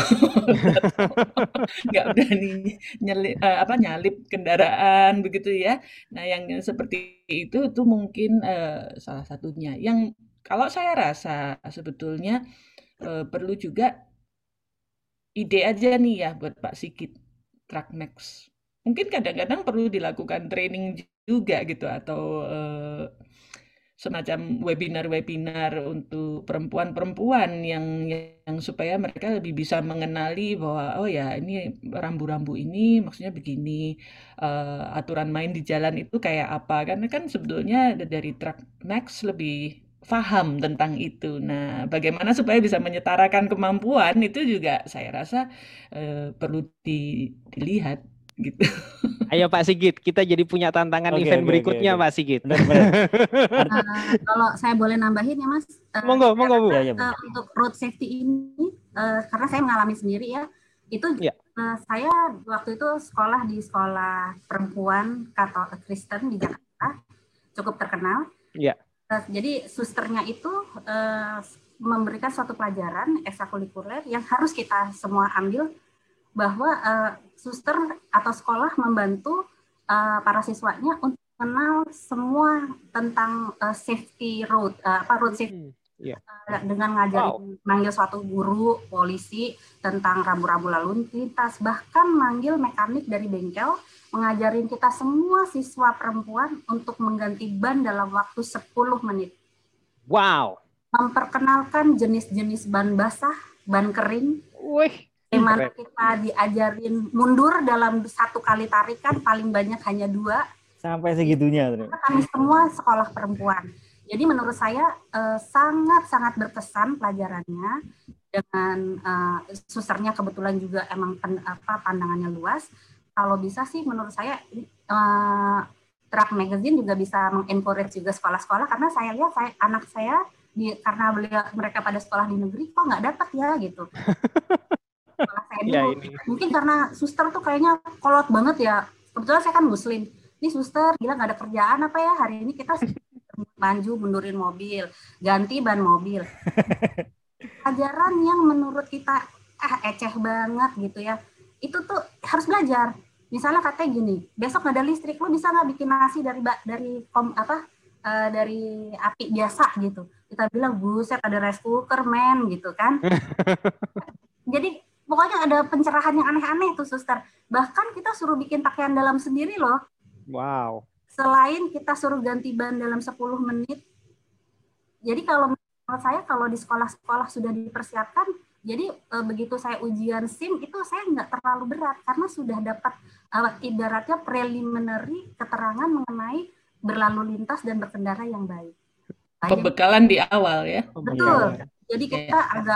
nggak berani nyalip kendaraan begitu ya. Nah, yang seperti itu mungkin salah satunya. Yang kalau saya rasa sebetulnya perlu juga ide aja nih ya buat Pak Sigit, Trackmax. Mungkin kadang-kadang perlu dilakukan training juga gitu, atau semacam webinar-webinar untuk perempuan-perempuan yang supaya mereka lebih bisa mengenali bahwa oh ya ini rambu-rambu ini maksudnya begini, aturan main di jalan itu kayak apa. Karena kan sebetulnya dari Trackmax lebih paham tentang itu. Nah, bagaimana supaya bisa menyetarakan kemampuan itu juga saya rasa perlu dilihat gitu. Ayo Pak Sigit, kita jadi punya tantangan event berikutnya Pak Sigit. Kalau saya boleh nambahin ya Mas. Monggo Bu. Untuk road safety ini, karena saya mengalami sendiri ya, itu saya waktu itu sekolah di sekolah perempuan Katolik Kristen di Jakarta, cukup terkenal. Iya. Jadi susternya itu memberikan suatu pelajaran ekstrakurikuler yang harus kita semua ambil, bahwa suster atau sekolah membantu para siswanya untuk mengenal semua tentang safety road, road safety. Dengan ngajarin, manggil suatu guru polisi tentang rambu-rambu lalu lintas, bahkan manggil mekanik dari bengkel, mengajarin kita semua siswa perempuan untuk mengganti ban dalam waktu 10 menit. Wow. Memperkenalkan jenis-jenis ban basah, ban kering. Dimana kita diajarin mundur dalam 1 kali tarikan, paling banyak hanya 2, Sampai segitunya. Kami semua sekolah perempuan. Jadi menurut saya sangat-sangat berkesan pelajarannya. Dengan susternya kebetulan juga emang pandangannya luas. Kalau bisa sih menurut saya Track Magazine juga bisa mengencourage juga sekolah-sekolah, karena saya lihat anak saya karena mereka pada sekolah di negeri kok nggak dapat ya gitu. Sekolah saya dulu. Mungkin karena suster tuh kayaknya kolot banget ya. Kebetulan saya kan muslim. Ini suster gila nggak ada kerjaan apa ya hari ini, kita banju mundurin mobil, ganti ban mobil. Ajaran yang menurut kita eceh banget gitu ya, itu tuh harus belajar. Misalnya katanya gini, besok nggak ada listrik, lo bisa nggak bikin nasi dari api biasa gitu. Kita bilang buset ada rice cooker men gitu kan. Jadi pokoknya ada pencerahan yang aneh-aneh tuh suster. Bahkan kita suruh bikin pakaian dalam sendiri loh. Wow. Selain kita suruh ganti ban dalam 10 menit. Jadi kalau menurut saya kalau di sekolah-sekolah sudah dipersiapkan, jadi begitu saya ujian SIM itu saya nggak terlalu berat karena sudah dapat ibaratnya preliminary keterangan mengenai berlalu lintas dan berkendara yang baik. Pembekalan di awal ya. Betul. Jadi kita agak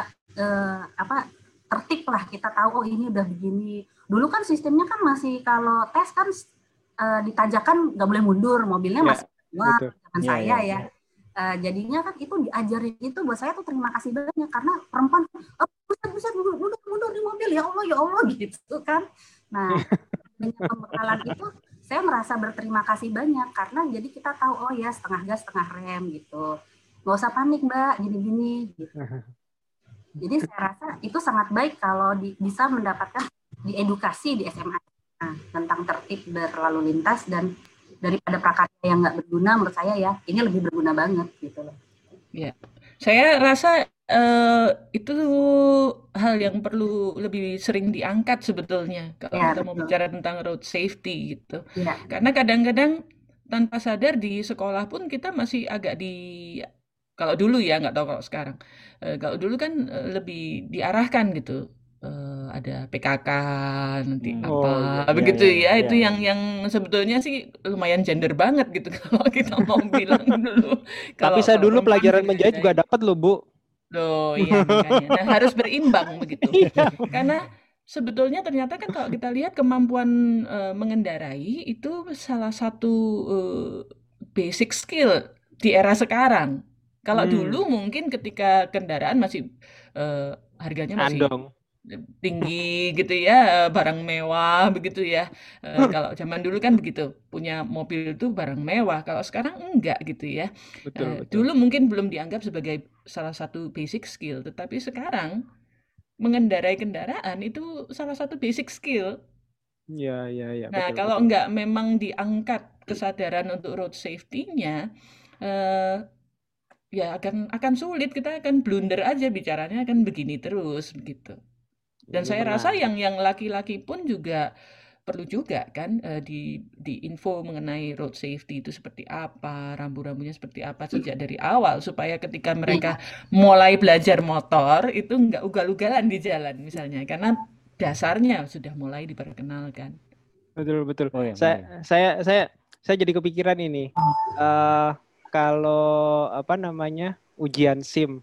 tertib lah, kita tahu oh ini udah begini. Dulu kan sistemnya kan masih kalau tes kan ditajakan nggak boleh mundur, mobilnya masih keluar dengan saya ya. Jadinya kan itu diajarin itu buat saya tuh terima kasih banyak karena perempuan buset mundur di mobil ya Allah gitu kan. Nah dengan pembekalan itu saya merasa berterima kasih banyak karena jadi kita tahu oh ya setengah gas setengah rem gitu, nggak usah panik mbak gini gitu. Jadi saya rasa itu sangat baik kalau bisa mendapatkan diedukasi di SMA tentang tertib berlalu lintas, dan daripada prakarya yang nggak berguna menurut saya ya ini lebih berguna banget gitu loh. Ya, saya rasa itu hal yang perlu lebih sering diangkat sebetulnya kalau kita mau bicara tentang road safety gitu. Ya. Karena kadang-kadang tanpa sadar di sekolah pun kita masih agak kalau dulu ya nggak tahu kalau sekarang. Kalau dulu kan lebih diarahkan gitu. Ada PKK nanti begitu ya itu yang sebetulnya sih lumayan gender banget gitu kalau kita mau bilang dulu. Tapi saya dulu pelajaran menjahit juga dapat loh Bu. Loh iya makanya. Nah, harus berimbang begitu. Karena sebetulnya ternyata kan kalau kita lihat kemampuan mengendarai itu salah satu basic skill di era sekarang. Kalau dulu mungkin ketika kendaraan masih harganya masih tinggi gitu ya, barang mewah begitu ya. Kalau zaman dulu kan begitu, punya mobil itu barang mewah. Kalau sekarang enggak gitu ya. Betul. Dulu mungkin belum dianggap sebagai salah satu basic skill, tetapi sekarang mengendarai kendaraan itu salah satu basic skill. Iya. Nah, betul, kalau enggak memang diangkat kesadaran untuk road safety-nya, ya akan sulit, kita akan blunder aja bicaranya akan begini terus begitu. Dan saya rasa yang laki-laki pun juga perlu juga kan di info mengenai road safety itu seperti apa, rambu-rambunya seperti apa sejak dari awal supaya ketika mereka mulai belajar motor itu nggak ugal-ugalan di jalan misalnya, karena dasarnya sudah mulai diperkenalkan. Betul. Saya jadi kepikiran ini. Kalau ujian SIM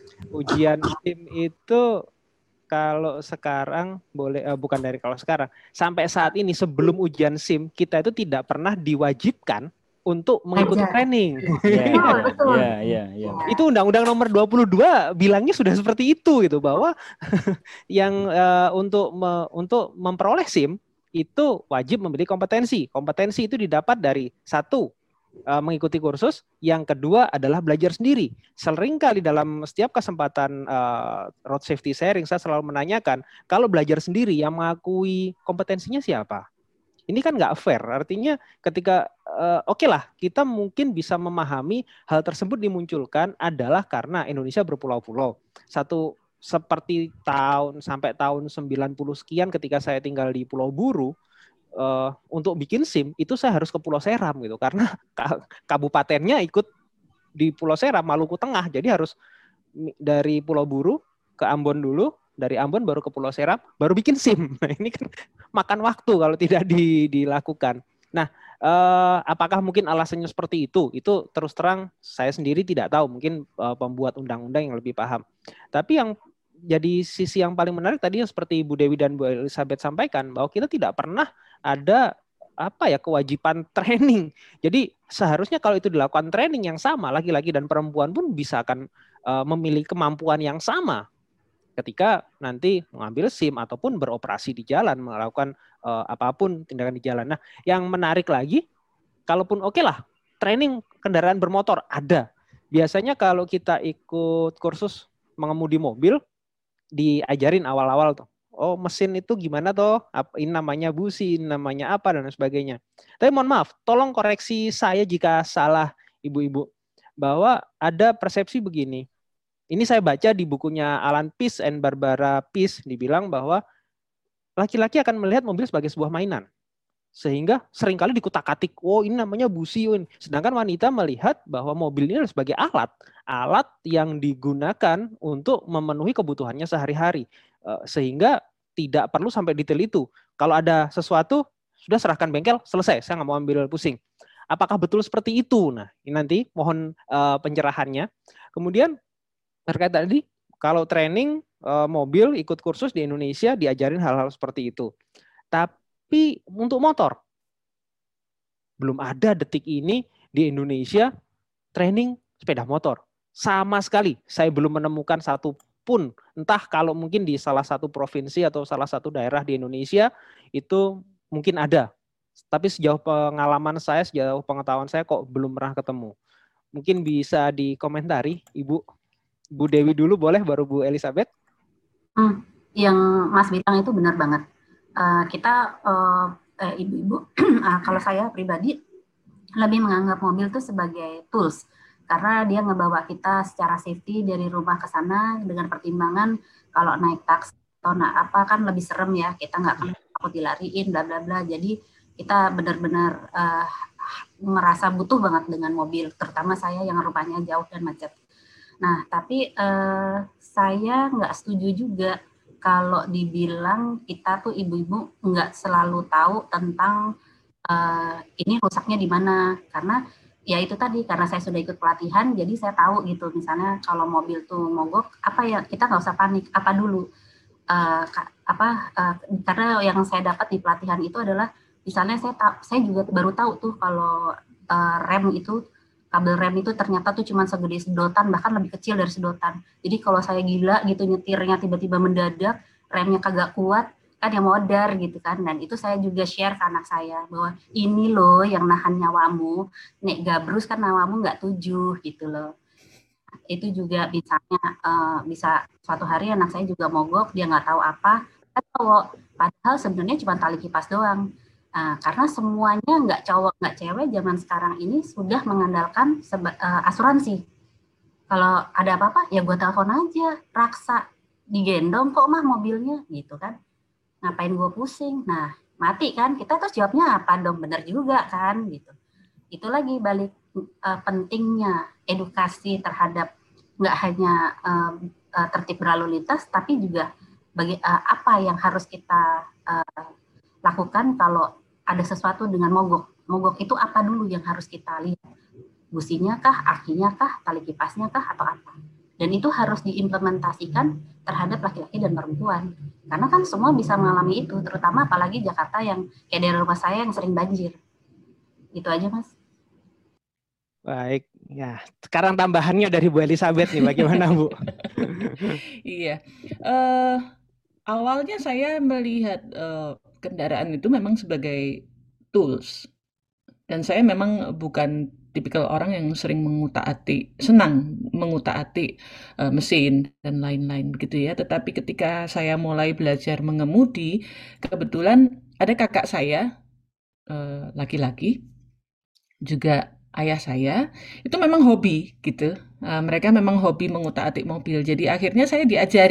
itu kalau sekarang bukan dari kalau sekarang, sampai saat ini sebelum ujian SIM kita itu tidak pernah diwajibkan untuk mengikuti training. Iya. Itu Undang-Undang Nomor 22 bilangnya sudah seperti itu gitu, bahwa yang untuk memperoleh SIM itu wajib memiliki kompetensi. Kompetensi itu didapat dari satu, mengikuti kursus, yang kedua adalah belajar sendiri. Seringkali dalam setiap kesempatan road safety sharing saya selalu menanyakan, kalau belajar sendiri yang mengakui kompetensinya siapa? Ini kan nggak fair. Artinya ketika oke lah kita mungkin bisa memahami hal tersebut dimunculkan adalah karena Indonesia berpulau-pulau. Satu seperti sampai tahun 90 sekian ketika saya tinggal di Pulau Buru, untuk bikin SIM itu saya harus ke Pulau Seram gitu, karena kabupatennya ikut di Pulau Seram, Maluku Tengah, jadi harus dari Pulau Buru ke Ambon dulu, dari Ambon baru ke Pulau Seram, baru bikin SIM. Nah, ini kan makan waktu kalau tidak dilakukan. Nah, apakah mungkin alasannya seperti itu? Itu terus terang saya sendiri tidak tahu. Mungkin pembuat undang-undang yang lebih paham. Tapi yang jadi sisi yang paling menarik tadi yang seperti Bu Dewi dan Bu Elizabeth sampaikan, bahwa kita tidak pernah ada kewajiban training. Jadi seharusnya kalau itu dilakukan training yang sama, laki-laki dan perempuan pun bisa akan memiliki kemampuan yang sama ketika nanti mengambil SIM ataupun beroperasi di jalan, melakukan apapun tindakan di jalan. Nah, yang menarik lagi, kalaupun oke lah, training kendaraan bermotor ada. Biasanya kalau kita ikut kursus mengemudi mobil, diajarin awal-awal tuh. Oh, mesin itu gimana toh? Ini namanya busi, ini namanya apa, dan sebagainya. Tapi mohon maaf, tolong koreksi saya jika salah, ibu-ibu. Bahwa ada persepsi begini. Ini saya baca di bukunya Alan Pease and Barbara Pease, dibilang bahwa laki-laki akan melihat mobil sebagai sebuah mainan. Sehingga seringkali dikutak-katik, oh ini namanya busi. Sedangkan wanita melihat bahwa mobil ini adalah sebagai alat yang digunakan untuk memenuhi kebutuhannya sehari-hari. Sehingga tidak perlu sampai detail itu. Kalau ada sesuatu, sudah serahkan bengkel, selesai, saya nggak mau ambil pusing. Apakah betul seperti itu? Nah, ini nanti mohon pencerahannya. Kemudian terkait tadi, kalau training mobil ikut kursus di Indonesia diajarin hal-hal seperti itu. Tapi untuk motor, belum ada detik ini di Indonesia training sepeda motor. Sama sekali, saya belum menemukan satu pun, entah kalau mungkin di salah satu provinsi atau salah satu daerah di Indonesia, itu mungkin ada. Tapi sejauh pengalaman saya, sejauh pengetahuan saya kok belum pernah ketemu. Mungkin bisa dikomentari, Ibu. Bu Dewi dulu boleh, baru Bu Elizabeth. Yang Mas bilang itu benar banget. Kita ibu-ibu, kalau saya pribadi lebih menganggap mobil itu sebagai tools, karena dia ngebawa kita secara safety dari rumah ke sana, dengan pertimbangan kalau naik taksi atau apa kan lebih serem ya, kita nggak akan takut dilariin, bla bla bla. Jadi kita benar-benar merasa butuh banget dengan mobil, terutama saya yang rumahnya jauh dan macet. Nah, tapi saya nggak setuju juga kalau dibilang kita tuh ibu-ibu nggak selalu tahu tentang ini rusaknya di mana. Karena ya itu tadi, karena saya sudah ikut pelatihan, jadi saya tahu gitu. Misalnya kalau mobil tuh mogok, apa ya, kita nggak usah panik. Apa dulu? Karena yang saya dapat di pelatihan itu adalah, misalnya saya juga baru tahu tuh kalau rem itu, kabel rem itu ternyata tuh cuma segede sedotan, bahkan lebih kecil dari sedotan. Jadi kalau saya gila gitu nyetirnya tiba-tiba mendadak, remnya kagak kuat, kan yang modar gitu kan. Dan itu saya juga share ke anak saya, bahwa ini loh yang nahan nyawamu, nek gabrus kan nyawamu nggak 7 gitu loh. Itu juga misalnya bisa suatu hari anak saya juga mogok, dia nggak tahu apa, cowok, padahal sebenarnya cuma tali kipas doang. Karena semuanya nggak cowok nggak cewek zaman sekarang ini sudah mengandalkan asuransi. Kalau ada apa-apa ya gue telepon aja, raksa, digendong kok mah mobilnya gitu kan, ngapain gue pusing. Nah mati kan kita, terus jawabnya apa dong, bener juga kan gitu. Itu lagi balik pentingnya edukasi terhadap nggak hanya tertib berlalu lintas, tapi juga apa yang harus kita lakukan kalau ada sesuatu dengan mogok. Mogok itu apa dulu yang harus kita lihat? Businya kah, akinya kah, tali kipasnya kah, atau apa? Dan itu harus diimplementasikan terhadap laki-laki dan perempuan. Karena kan semua bisa mengalami itu, terutama apalagi Jakarta yang kayak dari rumah saya yang sering banjir. Itu aja, Mas. Baik, ya. Sekarang tambahannya dari Bu Elizabeth nih, bagaimana Bu? Iya, awalnya saya melihat kendaraan itu memang sebagai tools, dan saya memang bukan tipikal orang yang sering senang mengutak-atik mesin dan lain-lain begitu ya. Tetapi ketika saya mulai belajar mengemudi, kebetulan ada kakak saya laki-laki, juga ayah saya, itu memang hobi gitu. Mereka memang hobi mengutak-atik mobil. Jadi akhirnya saya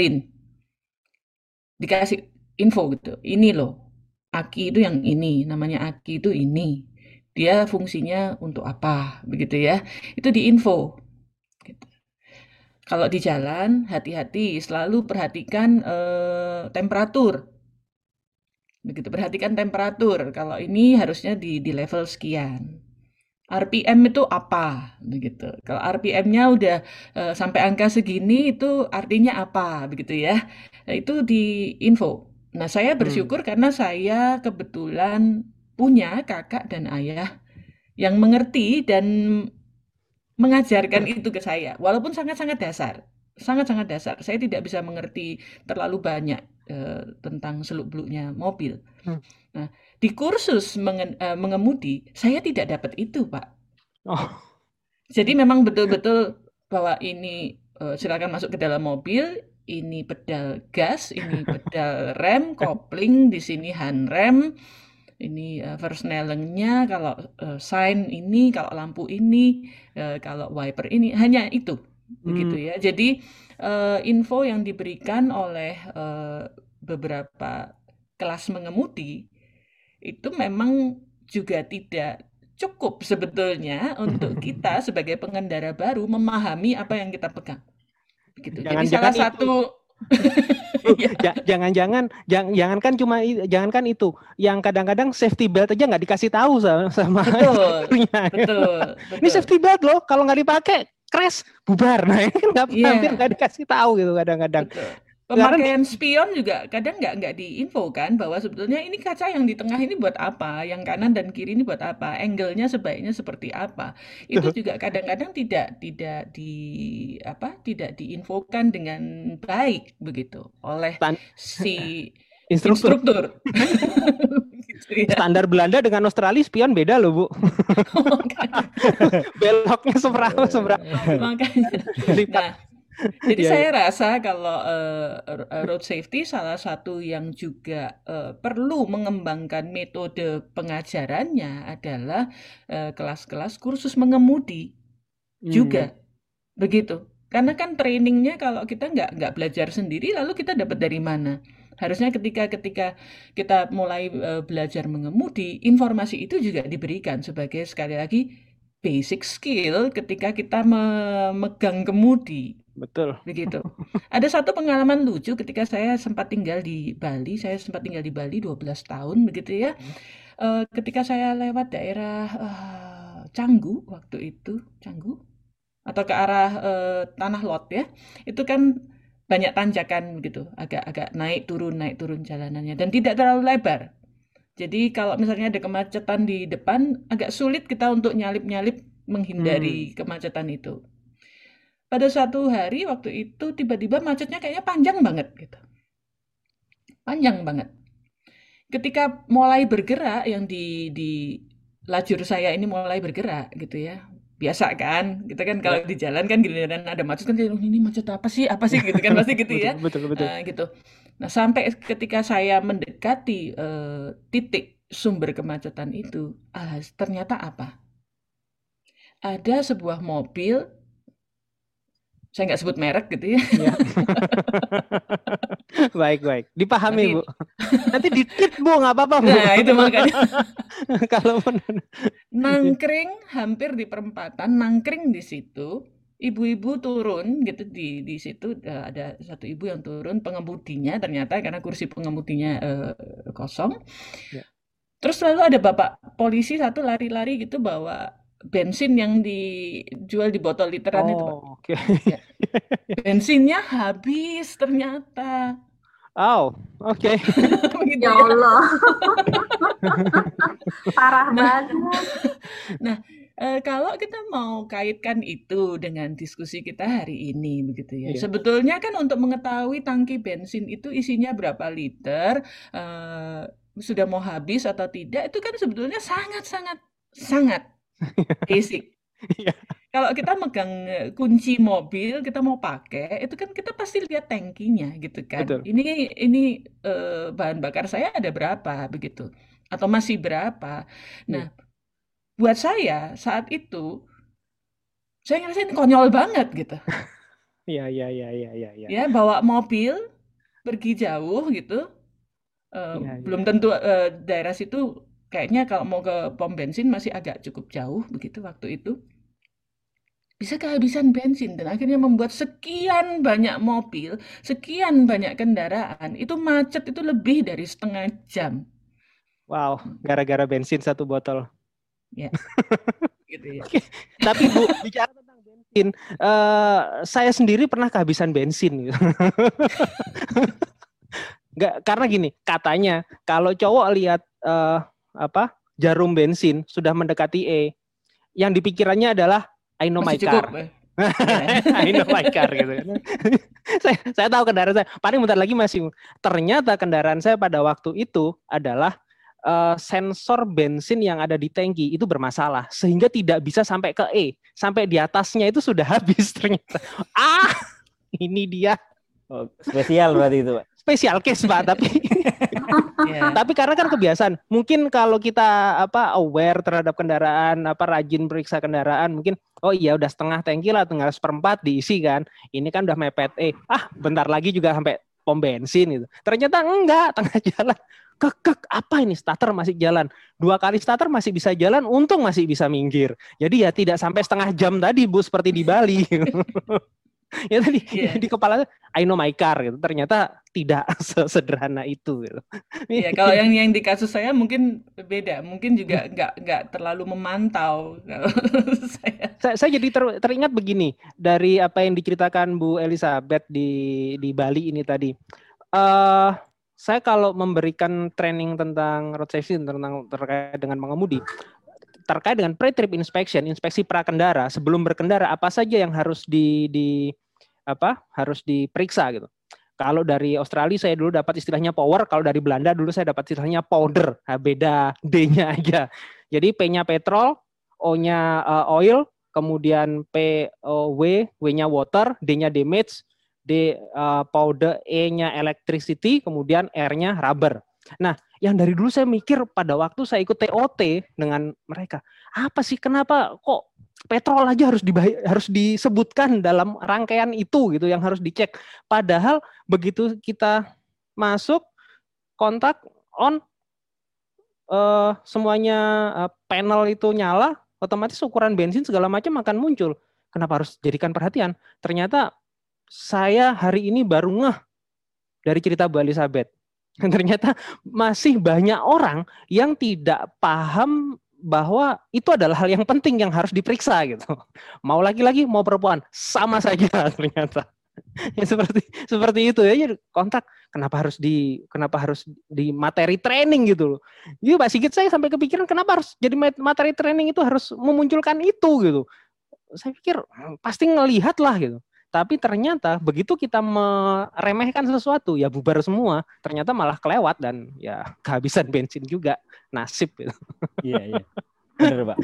dikasih info gitu. Ini loh, aki itu yang ini, namanya aki itu ini. Dia fungsinya untuk apa, begitu ya. Itu diinfo. Gitu. Kalau di jalan, hati-hati, selalu perhatikan temperatur. Begitu, perhatikan temperatur. Kalau ini harusnya di level sekian. RPM itu apa? Begitu. Kalau RPM-nya udah sampai angka segini itu artinya apa? Begitu ya. Nah, itu di info. Nah, saya bersyukur karena saya kebetulan punya kakak dan ayah yang mengerti dan mengajarkan itu ke saya, walaupun sangat-sangat dasar. Sangat-sangat dasar. Saya tidak bisa mengerti terlalu banyak tentang seluk-beluknya mobil. Nah, di kursus mengemudi, saya tidak dapat itu, Pak. Oh. Jadi memang betul-betul bahwa ini silakan masuk ke dalam mobil, ini pedal gas, ini pedal rem, kopling, di sini handrem, ini Versnellingnya, kalau sign ini, kalau lampu ini, kalau wiper ini, hanya itu, begitu ya. Jadi info yang diberikan oleh beberapa kelas mengemudi itu memang juga tidak cukup sebetulnya untuk kita sebagai pengendara baru memahami apa yang kita pegang. Begitu. Jadi salah satu jangankan itu, yang kadang-kadang safety belt aja nggak dikasih tahu sama betul. Ini safety belt loh, kalau nggak dipakai crash bubar. Nah ini kan hampir nggak dikasih tahu gitu kadang-kadang. Pemakaian spion juga kadang nggak diinfo kan, bahwa sebetulnya ini kaca yang di tengah ini buat apa, yang kanan dan kiri ini buat apa, angle-nya sebaiknya seperti apa. Itu juga kadang-kadang tidak diinfokan dengan baik begitu oleh si instruktur. Gitu ya. Standar Belanda dengan Australia spion beda loh, Bu. Beloknya seberapa. Makanya. Nah, jadi saya rasa kalau road safety salah satu yang juga perlu mengembangkan metode pengajarannya adalah kelas-kelas kursus mengemudi juga, begitu. Karena kan trainingnya kalau kita nggak belajar sendiri, lalu kita dapat dari mana? Harusnya ketika kita mulai belajar mengemudi, informasi itu juga diberikan sebagai, sekali lagi, basic skill ketika kita memegang kemudi. Betul. Begitu. Ada satu pengalaman lucu ketika saya sempat tinggal di Bali. Saya sempat tinggal di Bali 12 tahun begitu ya. Ketika saya lewat daerah Canggu waktu itu, Canggu atau ke arah Tanah Lot ya. Itu kan banyak tanjakan begitu, agak naik turun jalanannya dan tidak terlalu lebar. Jadi kalau misalnya ada kemacetan di depan, agak sulit kita untuk nyalip-nyalip menghindari kemacetan itu. Pada suatu hari waktu itu tiba-tiba macetnya kayaknya panjang banget gitu. Panjang banget. Ketika mulai bergerak, yang di lajur saya ini mulai bergerak gitu ya. Biasa kan, kita kan kalau di jalan kan giliran ada macet kan, ini macet apa sih gitu kan, pasti gitu ya. Betul. Gitu. Nah, sampai ketika saya mendekati titik sumber kemacetan itu, ternyata apa? Ada sebuah mobil, saya nggak sebut merek gitu ya. Baik. Dipahami, Bu. Nanti dikit, Bu, nggak apa-apa, Bu. Nah, itu makanya. Kalau nangkring hampir di perempatan, nangkring di situ, ibu-ibu turun gitu di situ, ada satu ibu yang turun, pengemudinya ternyata karena kursi pengemudinya kosong. Ya. Terus lalu ada bapak polisi satu lari-lari gitu bawa bensin yang dijual di botol literan itu, Pak. Okay. Ya. Bensinnya habis ternyata. Oke. Ya Allah. Parah banget. Nah, kalau kita mau kaitkan itu dengan diskusi kita hari ini begitu ya. Iya. Sebetulnya kan untuk mengetahui tangki bensin itu isinya berapa liter, sudah mau habis atau tidak, itu kan sebetulnya sangat basic. Kalau kita megang kunci mobil, kita mau pakai, itu kan kita pasti lihat tangkinya gitu kan. Betul. Ini bahan bakar saya ada berapa begitu, atau masih berapa. Nah, buat saya saat itu saya ngerasa ini konyol banget gitu. Iya. Ya, bawa mobil pergi jauh gitu. Belum tentu daerah situ, kayaknya kalau mau ke pom bensin masih agak cukup jauh begitu waktu itu. Bisa kehabisan bensin dan akhirnya membuat sekian banyak mobil, sekian banyak kendaraan, itu macet itu lebih dari setengah jam. Wow, gara-gara bensin 1 botol. Ya. Gitu ya. Tapi Bu, bicara tentang bensin, saya sendiri pernah kehabisan bensin. Gitu. Nggak, karena gini, katanya kalau cowok lihat jarum bensin sudah mendekati E, yang dipikirannya adalah I know my car. I know my car gitu. saya tahu kendaraan saya. Paling bentar lagi masih. Ternyata kendaraan saya pada waktu itu adalah sensor bensin yang ada di tangki itu bermasalah sehingga tidak bisa sampai ke E, sampai di atasnya itu sudah habis ternyata. Ini dia. Oh, spesial berarti itu, Pak. Spesial case, Pak, tapi tapi karena kan kebiasaan. Mungkin kalau kita aware terhadap kendaraan, rajin periksa kendaraan, mungkin oh iya udah setengah tangki lah, tinggal 1/4 diisi kan. Ini kan udah mepet bentar lagi juga sampai pom bensin gitu. Ternyata enggak, tengah jalan apa ini, starter masih jalan. 2 kali starter masih bisa jalan, untung masih bisa minggir. Jadi ya tidak sampai setengah jam tadi Bu, seperti di Bali. Ya tadi di kepala I know my car gitu. Ternyata tidak sesederhana itu gitu. Ya, kalau yang di kasus saya mungkin beda, mungkin juga nggak terlalu memantau. Saya jadi teringat begini dari apa yang diceritakan Bu Elizabeth di Bali ini tadi. Saya kalau memberikan training tentang road safety terkait dengan mengemudi, terkait dengan pre-trip inspection, inspeksi prakendara sebelum berkendara, apa saja yang harus harus diperiksa gitu. Kalau dari Australia saya dulu dapat istilahnya power, kalau dari Belanda dulu saya dapat istilahnya powder. Nah, beda D-nya aja. Jadi P-nya petrol, O-nya oil, kemudian W-nya water, D-nya damage, D powder, E-nya electricity, kemudian R-nya rubber. Nah, yang dari dulu saya mikir pada waktu saya ikut TOT dengan mereka, apa sih kenapa kok petrol aja harus disebutkan dalam rangkaian itu gitu yang harus dicek. Padahal begitu kita masuk kontak on semuanya panel itu nyala, otomatis ukuran bensin segala macam akan muncul. Kenapa harus jadikan perhatian? Ternyata saya hari ini baru ngeh dari cerita Bu Elizabeth. Ternyata masih banyak orang yang tidak paham bahwa itu adalah hal yang penting yang harus diperiksa gitu. Mau laki-laki mau perempuan sama saja ternyata. Ya, seperti itu ya. Kontak kenapa harus di materi training gitu loh. Jadi Pak Sigit saya sampai kepikiran kenapa harus jadi materi training itu harus memunculkan itu gitu. Saya pikir pasti ngelihat lah gitu. Tapi ternyata begitu kita meremehkan sesuatu ya bubar semua. Ternyata malah kelewat dan ya kehabisan bensin juga. Nasib gitu. Iya. Benar Pak.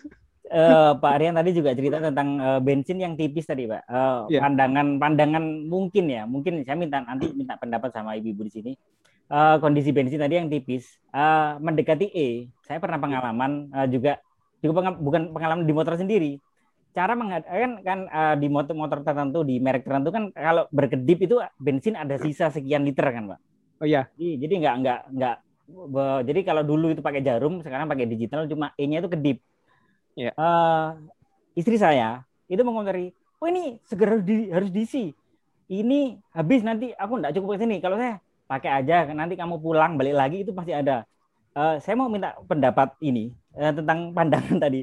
Pak Aryan tadi juga cerita tentang bensin yang tipis tadi Pak. Pandangan mungkin saya minta pendapat sama ibu-ibu di sini. Kondisi bensin tadi yang tipis mendekati E. Saya pernah pengalaman juga bukan pengalaman di motor sendiri. Cara kan di motor tertentu, di merek tertentu kan kalau berkedip itu bensin ada sisa sekian liter kan Pak. Oh iya. Jadi nggak. Jadi kalau dulu itu pakai jarum, sekarang pakai digital, cuma E-nya itu kedip. Yeah. Istri saya itu mengomentari, oh ini segera harus diisi. Ini habis nanti aku nggak cukup ke sini. Kalau saya pakai aja, nanti kamu pulang balik lagi itu pasti ada. Saya mau minta pendapat ini tentang pandangan tadi.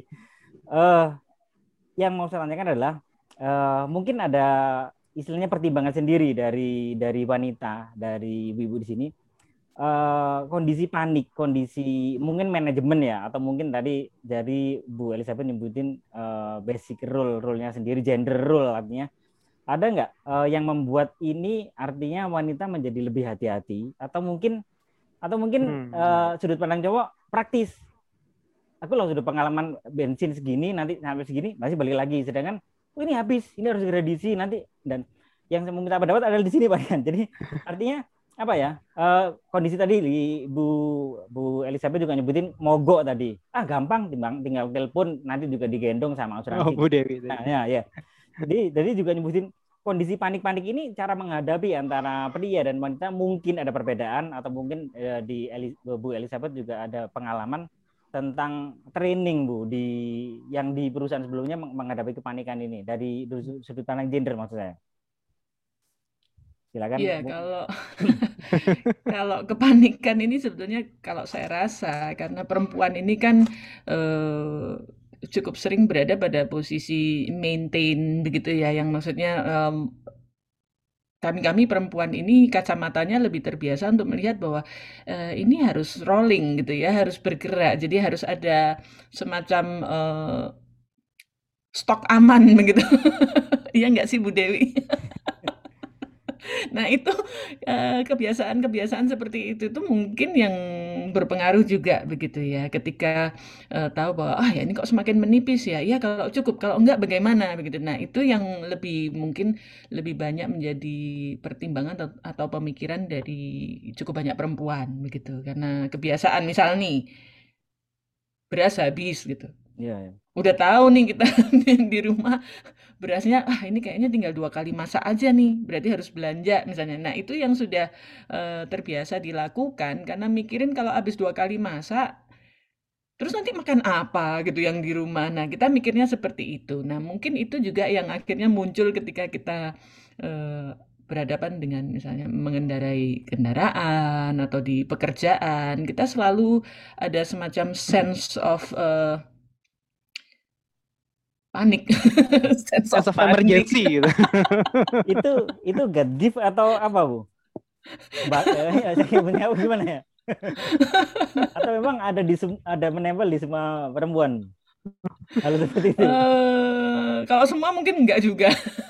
Yang mau saya tanyakan adalah mungkin ada istilahnya pertimbangan sendiri dari wanita, dari ibu-ibu di sini. Kondisi panik, kondisi mungkin manajemen ya, atau mungkin tadi dari Bu Elizabeth nyebutin basic rule-nya sendiri, gender rule artinya. Ada nggak yang membuat ini artinya wanita menjadi lebih hati-hati, atau mungkin sudut pandang cowok praktis. Aku loh sudah pengalaman bensin segini, nanti sampai segini masih balik lagi, sedangkan ini habis, ini harus segera diisi nanti. Dan yang saya minta pendapat adalah di sini Pak Yan. Jadi artinya apa ya, kondisi tadi Bu Elizabeth juga nyebutin mogok tadi, gampang tinggal telepon nanti juga digendong sama asuransi. Bu Dewi. Nah, ya. Jadi juga nyebutin kondisi panik-panik ini, cara menghadapi antara pria dan wanita mungkin ada perbedaan, atau mungkin Bu Elizabeth juga ada pengalaman tentang training Bu yang di perusahaan sebelumnya menghadapi kepanikan ini dari sudut pandang gender maksud saya. Silakan. Iya, kalau kepanikan ini sebetulnya kalau saya rasa karena perempuan ini kan cukup sering berada pada posisi maintain begitu ya, yang maksudnya kami perempuan ini kacamatanya lebih terbiasa untuk melihat bahwa ini harus rolling gitu ya, harus bergerak, jadi harus ada semacam stok aman begitu. Iya nggak sih Bu Dewi? Nah itu kebiasaan-kebiasaan seperti itu tuh mungkin yang berpengaruh juga begitu ya. Ketika tahu bahwa ya ini kok semakin menipis ya. Ya kalau cukup, kalau enggak bagaimana begitu. Nah itu yang mungkin lebih banyak menjadi pertimbangan atau pemikiran dari cukup banyak perempuan begitu. Karena kebiasaan misal nih beras habis gitu. Iya. Udah tahu nih kita di rumah berasnya, ini kayaknya tinggal 2 kali masak aja nih, berarti harus belanja misalnya. Nah itu yang sudah terbiasa dilakukan karena mikirin kalau habis 2 kali masak, terus nanti makan apa gitu yang di rumah. Nah kita mikirnya seperti itu. Nah mungkin itu juga yang akhirnya muncul ketika kita berhadapan dengan misalnya mengendarai kendaraan atau di pekerjaan, kita selalu ada semacam sense of panik. Sense of emergency gitu. Itu God gift atau apa, Bu? Gimana ya? Atau memang ada menempel di semua perempuan? Hal seperti itu. Kalau semua mungkin enggak juga.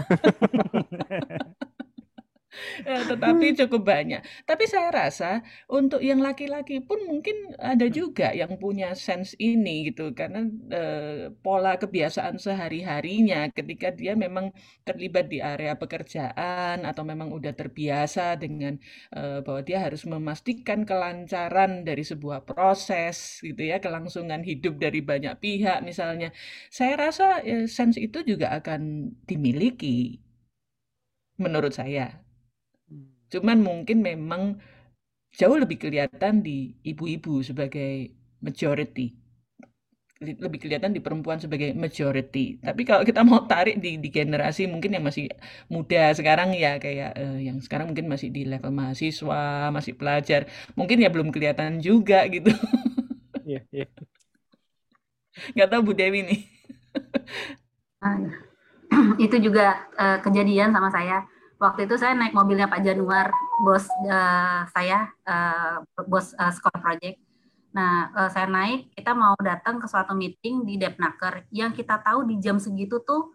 Tetapi cukup banyak. Tapi saya rasa untuk yang laki-laki pun mungkin ada juga yang punya sense ini gitu, karena pola kebiasaan sehari-harinya ketika dia memang terlibat di area pekerjaan atau memang udah terbiasa dengan bahwa dia harus memastikan kelancaran dari sebuah proses gitu ya, kelangsungan hidup dari banyak pihak misalnya. Saya rasa sense itu juga akan dimiliki menurut saya. Cuman mungkin memang jauh lebih kelihatan di ibu-ibu sebagai majority. Lebih kelihatan di perempuan sebagai majority. Tapi kalau kita mau tarik di generasi mungkin yang masih muda sekarang ya, kayak yang sekarang mungkin masih di level mahasiswa, masih pelajar, mungkin ya belum kelihatan juga gitu. Iya. Nggak tahu Bu Dewi nih. Itu juga kejadian sama saya. Waktu itu saya naik mobilnya Pak Januar, bos saya, bos Scholar Project. Nah, saya naik, kita mau datang ke suatu meeting di Depnaker, yang kita tahu di jam segitu tuh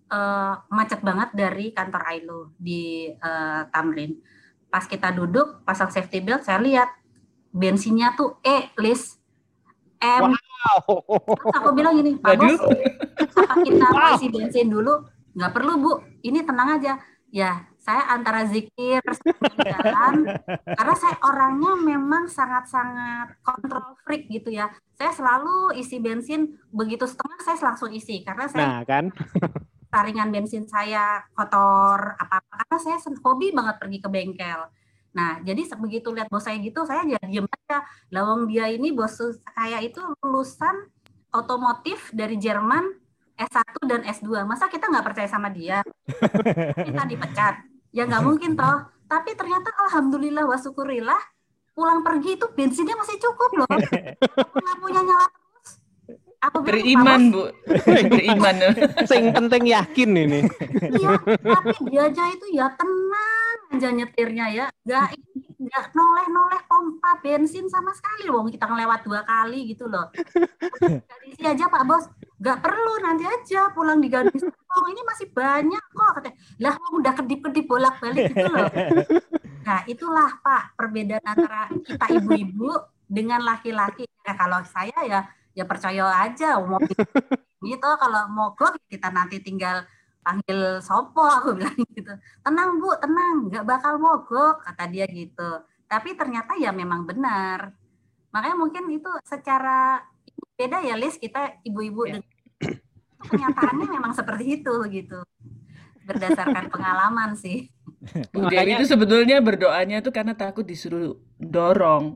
macet banget dari kantor ILO di Tamrin. Pas kita duduk, pasang safety belt, saya lihat bensinnya tuh list M. Wow. Terus aku bilang gini, Pak Bos, apa kita isi bensin dulu? Nggak perlu Bu, ini tenang aja. Ya, saya antara zikir, jalan, karena saya orangnya memang sangat-sangat control freak gitu ya. Saya selalu isi bensin, begitu setengah saya langsung isi, karena saya taringan bensin saya kotor, apa-apa, karena saya hobi banget pergi ke bengkel. Nah, jadi begitu lihat bos saya gitu, saya jadi diem aja. Lawang dia ini bos saya itu lulusan otomotif dari Jerman, S1 dan S2. Masa kita nggak percaya sama dia? Kita dipecat. Ya nggak mungkin toh. Tapi ternyata alhamdulillah wa syukurillah, pulang pergi itu bensinnya masih cukup loh. Aku nggak punya nyala terus. Aku beriman Bu, beriman. Yang penting yakin ini. Iya, tapi dia aja itu ya tenang aja nyetirnya ya. Nggak noleh pompa bensin sama sekali loh. Kita ngelewat 2 kali gitu loh. Dari sini aja Pak Bos, nggak perlu, nanti aja pulang diganti. Oh ini masih banyak kok. Katanya, lah udah kedip-kedip bolak-balik gitu loh. Nah itulah Pak perbedaan antara kita ibu-ibu dengan laki-laki. Nah, kalau saya ya percaya aja. Mobil gitu, kalau mogok kita nanti tinggal panggil sopo, aku bilang gitu. Tenang Bu, tenang, nggak bakal mogok, kata dia gitu. Tapi ternyata ya memang benar. Makanya mungkin itu secara beda ya, Liz, kita ibu-ibu itu kenyataannya memang seperti itu gitu. Berdasarkan pengalaman sih. Bu Dewi itu sebetulnya berdoanya tuh karena takut disuruh dorong.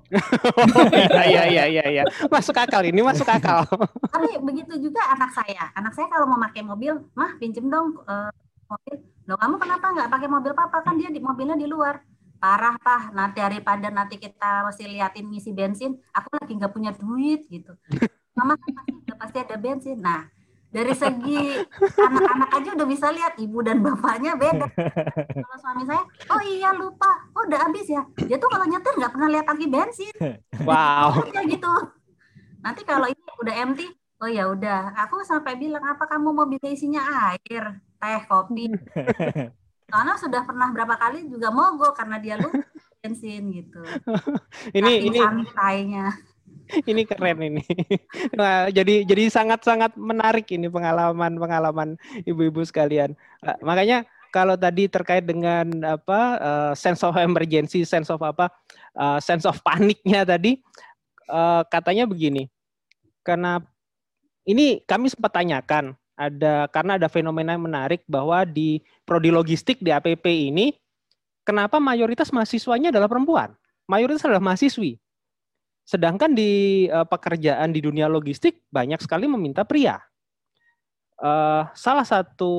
Iya. Masuk akal ini, masuk akal. Tapi begitu juga anak saya. Anak saya kalau mau pakai mobil, Mah pinjem dong mobil. Loh kamu kenapa nggak pakai mobil papa, kan dia di mobilnya di luar. Parah Pak, nah daripada nanti kita masih liatin ngisi bensin, aku lagi nggak punya duit gitu. Mama kan pasti ada bensin. Nah, dari segi anak-anak aja udah bisa lihat ibu dan bapaknya beda. Kalau suami saya, oh iya lupa, oh udah habis ya. Dia tuh kalau nyetir nggak pernah lihat tangki bensin. Wow. Kayak gitu. Nanti kalau ini udah empty, oh ya udah. Aku sampai bilang, apa kamu mau mobil isinya air, teh, kopi? Karena sudah pernah berapa kali juga mogok karena dia lupa bensin gitu. Ini santainya. Ini keren ini. Nah, jadi sangat-sangat menarik ini pengalaman ibu-ibu sekalian. Makanya kalau tadi terkait dengan sense of emergency, sense of paniknya tadi, katanya begini. Karena ini kami sempat tanyakan, karena ada fenomena yang menarik bahwa di prodi logistik di APP ini, kenapa mayoritas mahasiswanya adalah perempuan? Mayoritas adalah mahasiswi. Sedangkan di pekerjaan di dunia logistik banyak sekali meminta pria. Salah satu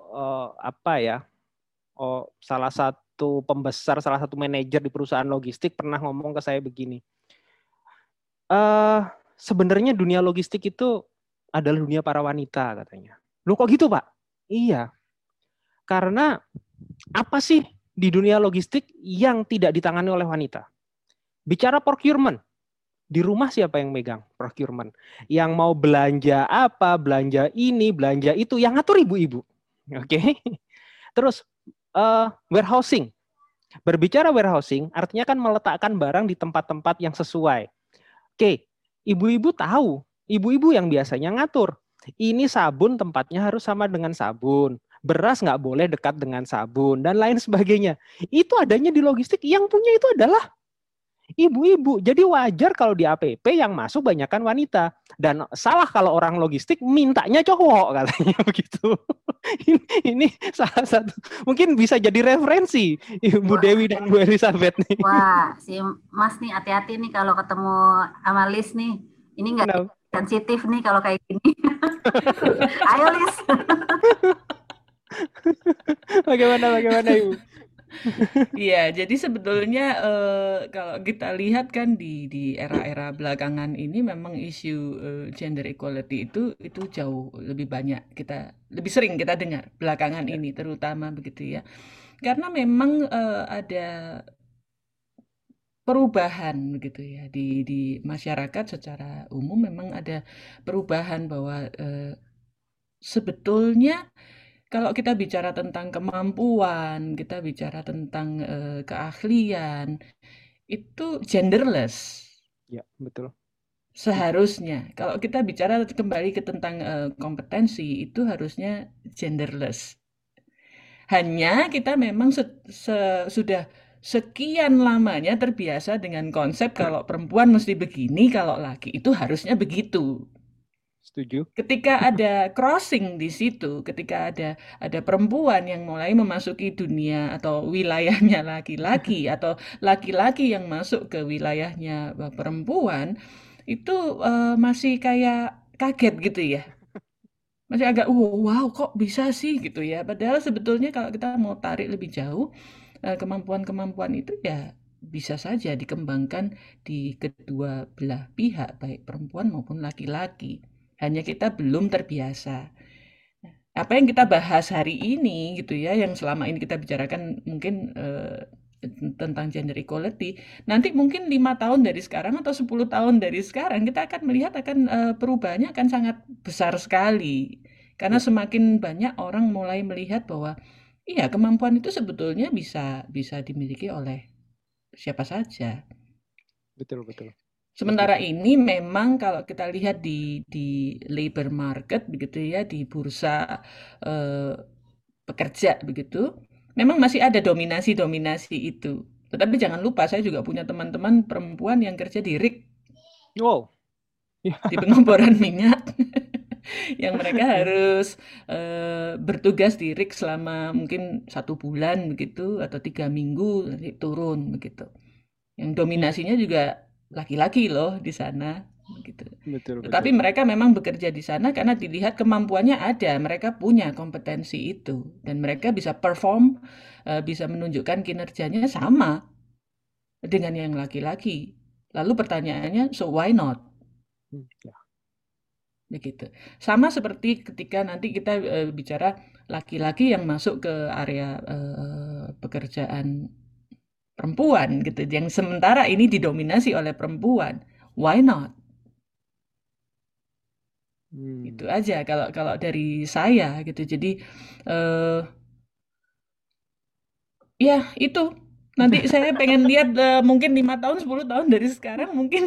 salah satu pembesar, salah satu manajer di perusahaan logistik pernah ngomong ke saya begini. Sebenarnya dunia logistik itu adalah dunia para wanita katanya. Loh kok gitu Pak? Iya. Karena apa sih di dunia logistik yang tidak ditangani oleh wanita? Bicara procurement. Di rumah siapa yang megang procurement? Yang mau belanja apa, belanja ini, belanja itu, yang ngatur ibu-ibu. Oke. Terus warehousing. Berbicara warehousing, artinya kan meletakkan barang di tempat-tempat yang sesuai. Oke, ibu-ibu tahu, ibu-ibu yang biasanya ngatur. Ini sabun tempatnya harus sama dengan sabun. Beras nggak boleh dekat dengan sabun, dan lain sebagainya. Itu adanya di logistik, yang punya itu adalah ibu-ibu. Jadi wajar kalau di APP yang masuk banyakkan wanita. Dan salah kalau orang logistik mintanya cowok katanya begitu. Ini salah satu. Mungkin bisa jadi referensi Ibu Dewi dan Bu Elizabeth nih. Wah, si Mas nih hati-hati nih kalau ketemu sama Liz nih. Ini nggak sensitif nih kalau kayak gini. Ayo Liz. Bagaimana Ibu? Iya, jadi sebetulnya kalau kita lihat kan di era-era belakangan ini memang isu gender equality itu jauh lebih lebih sering kita dengar belakangan ini terutama begitu ya. Karena memang ada perubahan begitu ya di masyarakat secara umum, memang ada perubahan bahwa sebetulnya kalau kita bicara tentang kemampuan, kita bicara tentang keahlian, itu genderless. Ya, betul. Seharusnya, kalau kita bicara kembali ke tentang kompetensi, itu harusnya genderless. Hanya kita memang sudah sekian lamanya terbiasa dengan konsep kalau perempuan mesti begini, kalau laki itu harusnya begitu. Setuju. Ketika ada crossing di situ, ketika ada perempuan yang mulai memasuki dunia atau wilayahnya laki-laki atau laki-laki yang masuk ke wilayahnya perempuan, itu masih kayak kaget gitu ya. Masih agak wow kok bisa sih gitu ya. Padahal sebetulnya kalau kita mau tarik lebih jauh, kemampuan-kemampuan itu ya bisa saja dikembangkan di kedua belah pihak, baik perempuan maupun laki-laki. Hanya kita belum terbiasa. Apa yang kita bahas hari ini gitu ya, yang selama ini kita bicarakan mungkin tentang gender equality, nanti mungkin 5 tahun dari sekarang atau 10 tahun dari sekarang kita akan melihat perubahannya akan sangat besar sekali. Karena semakin banyak orang mulai melihat bahwa iya, kemampuan itu sebetulnya bisa dimiliki oleh siapa saja. Betul. Sementara ini memang kalau kita lihat di labor market begitu ya, di bursa pekerja begitu, memang masih ada dominasi itu. Tetapi jangan lupa, saya juga punya teman-teman perempuan yang kerja di rig. Wow. Di pengeboran minyak. Yang mereka harus bertugas di rig selama mungkin 1 bulan begitu atau 3 minggu, nanti turun begitu. Yang dominasinya juga laki-laki loh di sana. gitu. Betul. Tetapi mereka memang bekerja di sana karena dilihat kemampuannya ada, mereka punya kompetensi itu, dan mereka bisa perform, bisa menunjukkan kinerjanya sama dengan yang laki-laki. Lalu pertanyaannya, so why not? Ya. Begitu. Sama seperti ketika nanti kita bicara laki-laki yang masuk ke area pekerjaan perempuan gitu, yang sementara ini didominasi oleh perempuan, why not? Itu aja kalau dari saya gitu. Jadi ya itu nanti saya pengen lihat mungkin 5 tahun 10 tahun dari sekarang mungkin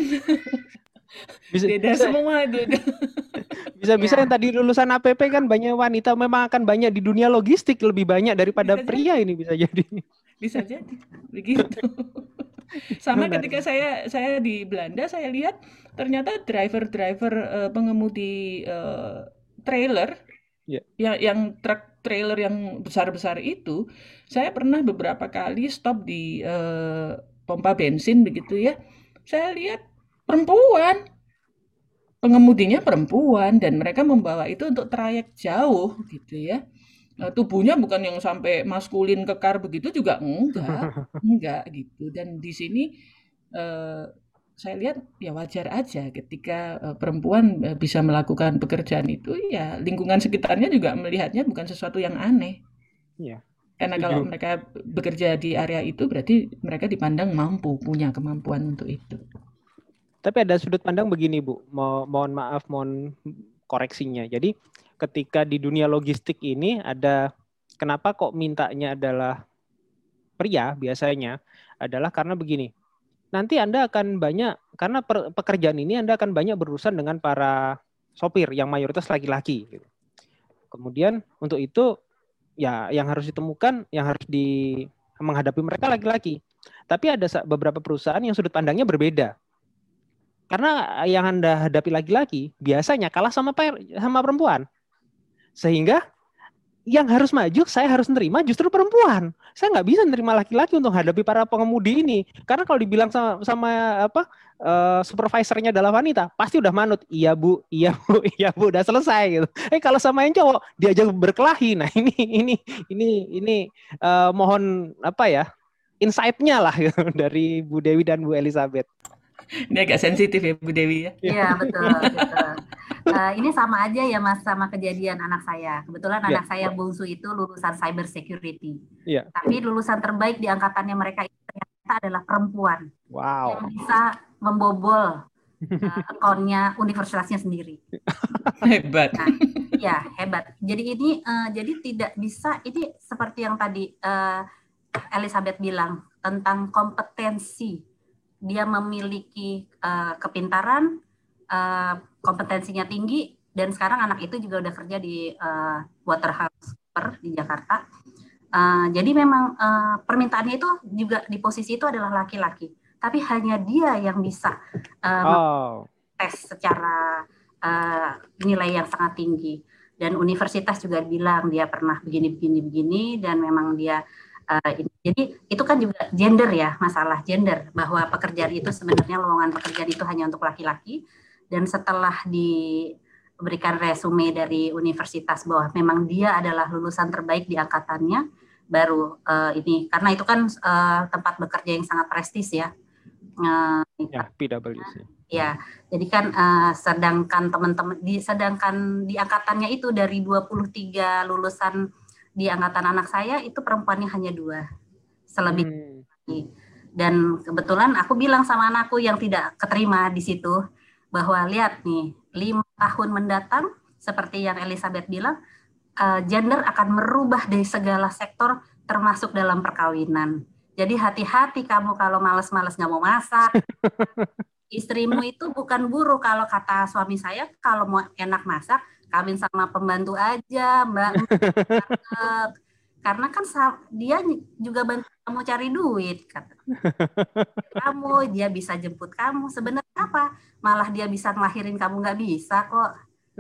beda semua itu. Bisa yang tadi lulusan APP kan banyak wanita, memang akan banyak di dunia logistik, lebih banyak daripada bisa pria jadi. Ini bisa jadi. Bisa jadi begitu. Sama ketika saya di Belanda, saya lihat ternyata driver pengemudi trailer, yang truk trailer yang besar-besar itu, saya pernah beberapa kali stop di pompa bensin begitu ya. Saya lihat perempuan, pengemudinya perempuan, dan mereka membawa itu untuk trayek jauh gitu ya. Tubuhnya bukan yang sampai maskulin kekar begitu juga enggak gitu. Dan di sini saya lihat ya wajar aja ketika perempuan bisa melakukan pekerjaan itu, ya lingkungan sekitarnya juga melihatnya bukan sesuatu yang aneh. Iya. Karena kalau mereka bekerja di area itu berarti mereka dipandang mampu, punya kemampuan untuk itu. Tapi ada sudut pandang begini, Bu. Mohon maaf, mohon koreksinya. Jadi ketika di dunia logistik ini ada, kenapa kok mintanya adalah pria biasanya, adalah karena begini. Nanti Anda akan banyak, karena pekerjaan ini Anda akan banyak berurusan dengan para sopir yang mayoritas laki-laki. Kemudian untuk itu ya yang harus ditemukan, yang harus menghadapi mereka laki-laki. Tapi ada beberapa perusahaan yang sudut pandangnya berbeda. Karena yang Anda hadapi laki-laki biasanya kalah sama perempuan. Sehingga yang harus maju, saya harus nerima justru perempuan. Saya nggak bisa nerima laki-laki untuk hadapi para pengemudi ini. Karena kalau dibilang sama supervisornya adalah wanita, pasti udah manut. Iya bu, udah selesai gitu. Kalau sama yang cowok, diajak berkelahi. Nah ini mohon insight-nya lah gitu, dari Bu Dewi dan Bu Elizabeth. Ini agak sensitif ya Bu Dewi ya. Iya betul. Ini sama aja ya Mas sama kejadian anak saya. Kebetulan anak saya bungsu itu lulusan cyber security. Tapi lulusan terbaik di angkatannya mereka itu ternyata adalah perempuan. Wow. Yang bisa membobol akunnya universitasnya sendiri. Hebat. Nah, ya hebat. Jadi ini jadi tidak bisa, ini seperti yang tadi Elizabeth bilang tentang kompetensi. Dia memiliki kepintaran, kompetensinya tinggi, dan sekarang anak itu juga udah kerja di Waterhouse di Jakarta. Jadi memang permintaannya itu juga di posisi itu adalah laki-laki, tapi hanya dia yang bisa tes secara nilai yang sangat tinggi. Dan universitas juga bilang dia pernah begini, dan memang dia jadi itu kan juga gender ya, masalah gender, bahwa pekerjaan itu sebenarnya lowongan pekerjaan itu hanya untuk laki-laki. Dan setelah diberikan resume dari universitas bahwa memang dia adalah lulusan terbaik di angkatannya, baru ini, karena itu kan tempat bekerja yang sangat prestis ya. PwC. Ya, jadi kan sedangkan teman-teman sedangkan di angkatannya itu dari 23 lulusan di angkatan anak saya itu perempuannya hanya 2, selebih. Dan kebetulan aku bilang sama anakku yang tidak keterima di situ bahwa lihat nih, 5 tahun mendatang seperti yang Elizabeth bilang, gender akan merubah dari segala sektor termasuk dalam perkawinan. Jadi hati-hati kamu kalau malas-malas nggak mau masak. Istrimu itu bukan buruh, kalau kata suami saya, kalau mau enak masak kawin sama pembantu aja, Mbak. Karena kan dia juga bantu kamu cari duit, kata kamu, dia bisa jemput kamu. Sebenarnya apa? Malah dia bisa ngelahirin kamu, nggak bisa kok.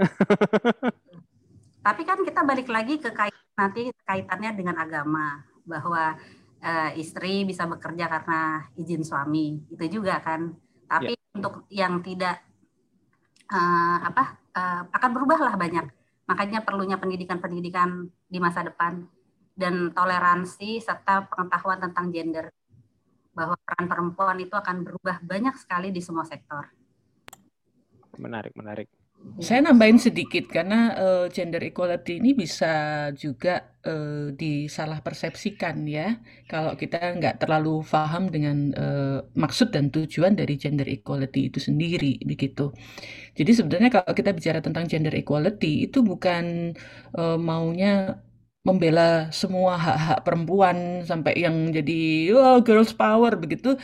Tapi kan kita balik lagi ke nanti kaitannya dengan agama, bahwa istri bisa bekerja karena izin suami, itu juga kan. Tapi untuk yang tidak akan berubahlah banyak. Makanya perlunya pendidikan di masa depan dan toleransi serta pengetahuan tentang gender, bahwa peran perempuan itu akan berubah banyak sekali di semua sektor. Menarik. Saya nambahin sedikit karena gender equality ini bisa juga disalah persepsikan ya, kalau kita nggak terlalu paham dengan maksud dan tujuan dari gender equality itu sendiri begitu. Jadi sebenarnya kalau kita bicara tentang gender equality itu bukan maunya membela semua hak-hak perempuan sampai yang jadi girls power begitu.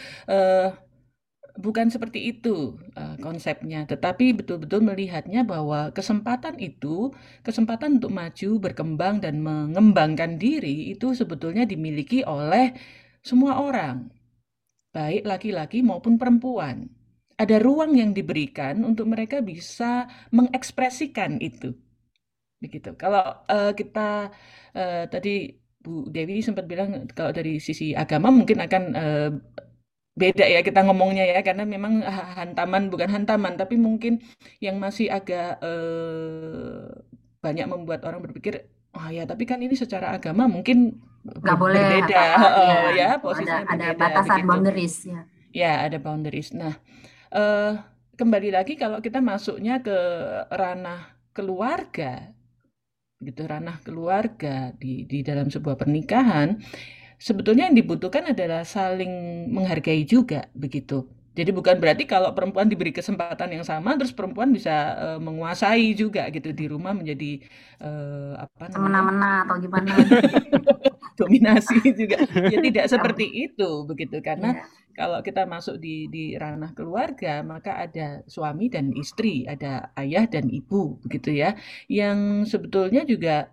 Bukan seperti itu konsepnya, tetapi betul-betul melihatnya bahwa kesempatan untuk maju, berkembang, dan mengembangkan diri itu sebetulnya dimiliki oleh semua orang, baik laki-laki maupun perempuan. Ada ruang yang diberikan untuk mereka bisa mengekspresikan itu. Begitu. Kalau kita tadi Bu Dewi sempat bilang kalau dari sisi agama mungkin akan beda ya kita ngomongnya ya, karena memang bukan hantaman, tapi mungkin yang masih agak banyak membuat orang berpikir, ya tapi kan ini secara agama mungkin nggak boleh berbeda, ya posisinya ada berbeda, batasan begitu. boundaries ya. Ya, ada boundaries. Nah, kembali lagi kalau kita masuknya ke ranah keluarga, gitu, ranah keluarga di dalam sebuah pernikahan. Sebetulnya yang dibutuhkan adalah saling menghargai juga, begitu. Jadi bukan berarti kalau perempuan diberi kesempatan yang sama, terus perempuan bisa menguasai juga gitu di rumah menjadi semena-mena atau gimana? Dominasi juga. Ya tidak seperti itu, begitu. Karena kalau kita masuk di ranah keluarga, maka ada suami dan istri, ada ayah dan ibu, begitu ya, yang sebetulnya juga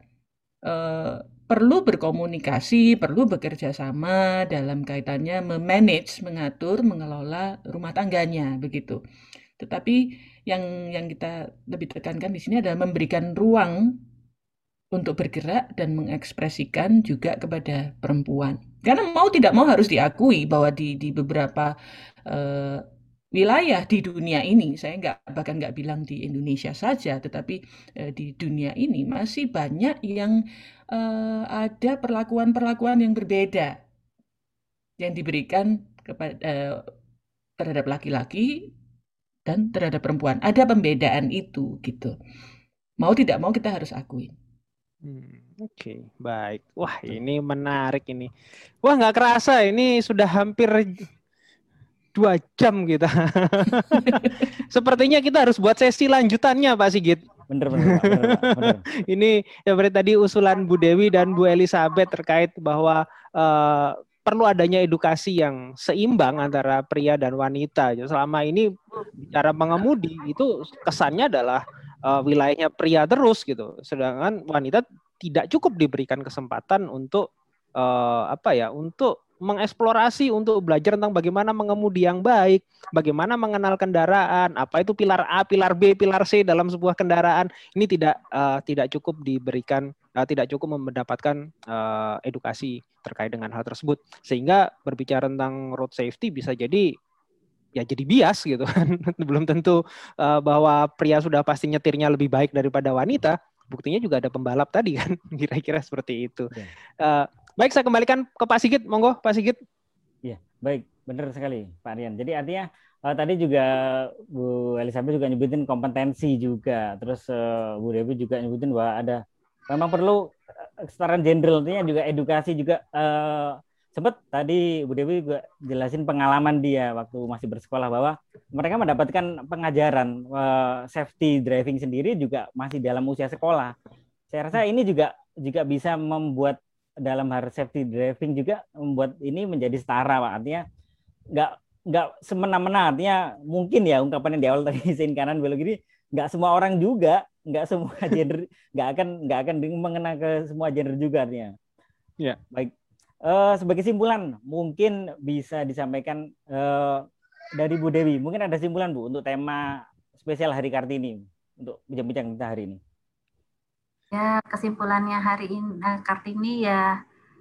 perlu berkomunikasi, perlu bekerja sama dalam kaitannya mengatur, mengelola rumah tangganya, begitu. Tetapi yang kita lebih tekankan di sini adalah memberikan ruang untuk bergerak dan mengekspresikan juga kepada perempuan. Karena mau tidak mau harus diakui bahwa di beberapa wilayah di dunia ini, saya bahkan nggak bilang di Indonesia saja, tetapi di dunia ini masih banyak yang ada perlakuan-perlakuan yang berbeda yang diberikan terhadap laki-laki dan terhadap perempuan. Ada pembedaan itu, gitu. Mau tidak mau kita harus akui. Oke, baik. Wah, ini menarik ini. Wah, nggak kerasa ini sudah hampir 2 jam kita. Sepertinya kita harus buat sesi lanjutannya, Pak Sigit. Bener. Ini seperti tadi usulan Bu Dewi dan Bu Elizabeth terkait bahwa perlu adanya edukasi yang seimbang antara pria dan wanita. Selama ini bicara mengemudi itu kesannya adalah wilayahnya pria terus gitu. Sedangkan wanita tidak cukup diberikan kesempatan untuk untuk mengeksplorasi, untuk belajar tentang bagaimana mengemudi yang baik, bagaimana mengenal kendaraan, apa itu pilar A, pilar B, pilar C dalam sebuah kendaraan. Ini tidak cukup diberikan, tidak cukup mendapatkan edukasi terkait dengan hal tersebut. Sehingga berbicara tentang road safety bisa jadi bias gitu kan. Belum tentu bahwa pria sudah pasti nyetirnya lebih baik daripada wanita. Buktinya juga ada pembalap tadi kan. Kira-kira seperti itu. Baik, saya kembalikan ke Pak Sigit. Monggo, Pak Sigit. Iya, baik. Benar sekali, Pak Rian. Jadi artinya tadi juga Bu Elizabeth juga nyebutin kompetensi juga. Terus Bu Dewi juga nyebutin bahwa ada memang perlu kesetaraan gender, artinya juga edukasi juga. Sempat tadi Bu Dewi juga jelasin pengalaman dia waktu masih bersekolah bahwa mereka mendapatkan pengajaran safety driving sendiri juga masih dalam usia sekolah. Saya rasa ini juga bisa membuat dalam hal safety driving juga membuat ini menjadi setara, Pak. Artinya nggak semena-mena, artinya mungkin ya ungkapan yang di awal tadi sein kanan belok gini, nggak semua orang juga, nggak semua gender, nggak akan mengena ke semua gender juga artinya. Ya. Baik. Sebagai simpulan mungkin bisa disampaikan dari Bu Dewi. Mungkin ada simpulan Bu untuk tema spesial Hari Kartini untuk bincang-bincang kita hari ini. Ya, kesimpulannya hari ini Kartini ya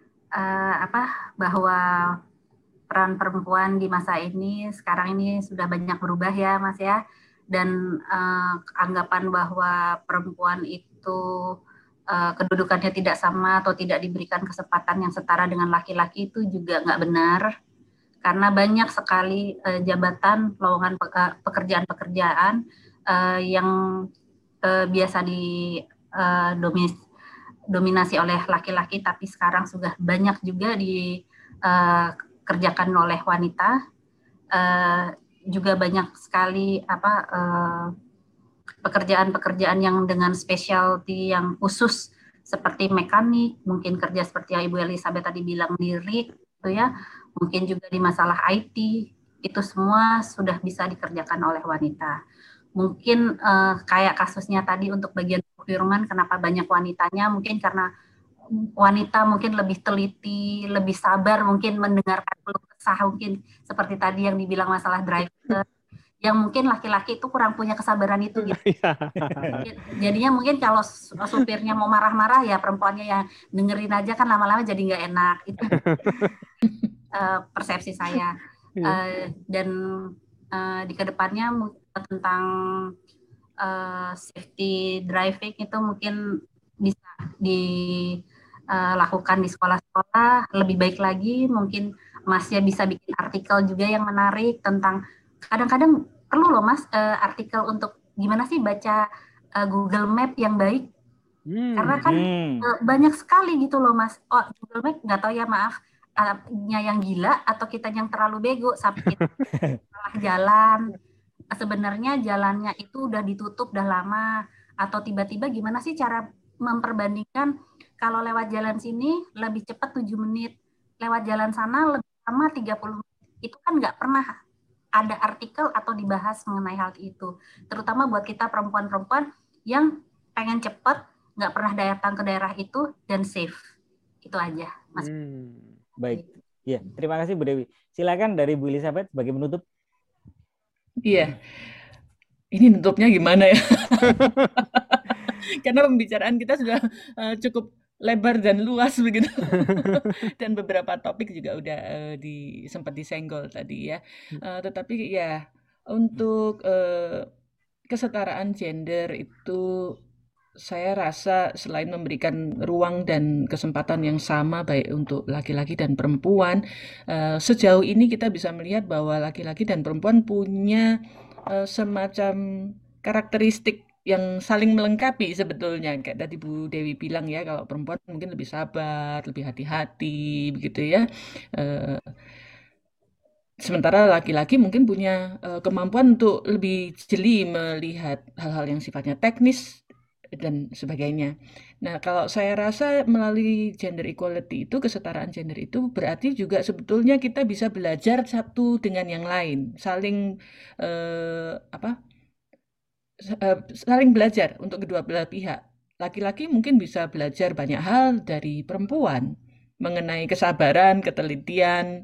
bahwa peran perempuan di masa ini sekarang ini sudah banyak berubah ya Mas ya, dan anggapan bahwa perempuan itu kedudukannya tidak sama atau tidak diberikan kesempatan yang setara dengan laki-laki itu juga nggak benar, karena banyak sekali jabatan lowongan pekerjaan-pekerjaan yang biasa dominasi oleh laki-laki, tapi sekarang sudah banyak juga dikerjakan oleh wanita. Juga banyak sekali pekerjaan-pekerjaan yang dengan specialty yang khusus seperti mekanik, mungkin kerja seperti yang Ibu Elizabeth tadi bilang di RIK, gitu ya, mungkin juga di masalah IT, itu semua sudah bisa dikerjakan oleh wanita. Mungkin kayak kasusnya tadi untuk bagian procurement, kenapa banyak wanitanya, mungkin karena wanita mungkin lebih teliti, lebih sabar, mungkin mendengarkan keluh kesah, mungkin seperti tadi yang dibilang masalah driver, yang mungkin laki-laki itu kurang punya kesabaran itu gitu. Jadinya mungkin kalau supirnya mau marah-marah, ya perempuannya yang dengerin aja, kan lama-lama jadi nggak enak. Itu persepsi saya. Dan di kedepannya tentang safety driving itu mungkin bisa dilakukan di sekolah-sekolah lebih baik lagi. Mungkin Masnya bisa bikin artikel juga yang menarik tentang, kadang-kadang perlu loh Mas artikel untuk gimana sih baca Google Map yang baik, karena kan banyak sekali gitu loh Mas. Oh, Google Map nggak tahu ya, maaf, yang gila atau kita yang terlalu bego sampai kita salah jalan. Sebenarnya jalannya itu udah ditutup udah lama, atau tiba-tiba gimana sih cara memperbandingkan kalau lewat jalan sini lebih cepat 7 menit, lewat jalan sana lebih lama 30 menit. Itu kan nggak pernah ada artikel atau dibahas mengenai hal itu. Terutama buat kita perempuan-perempuan yang pengen cepat, nggak pernah datang ke daerah itu, dan safe. Itu aja, Mas. Baik, ya, terima kasih Bu Dewi. Silakan dari Bu Elizabeth sebagai penutup. Iya, ini nutupnya gimana ya? Karena pembicaraan kita sudah cukup lebar dan luas begitu, dan beberapa topik juga udah sempat disenggol tadi ya. Tetapi ya untuk kesetaraan gender itu, saya rasa selain memberikan ruang dan kesempatan yang sama baik untuk laki-laki dan perempuan, sejauh ini kita bisa melihat bahwa laki-laki dan perempuan punya semacam karakteristik yang saling melengkapi sebetulnya. Kayak tadi Bu Dewi bilang ya, kalau perempuan mungkin lebih sabar, lebih hati-hati begitu ya. Sementara laki-laki mungkin punya kemampuan untuk lebih jeli melihat hal-hal yang sifatnya teknis dan sebagainya. Nah, kalau saya rasa melalui gender equality itu, kesetaraan gender itu berarti juga sebetulnya kita bisa belajar satu dengan yang lain, saling saling belajar untuk kedua belah pihak. Laki-laki mungkin bisa belajar banyak hal dari perempuan mengenai kesabaran, ketelitian,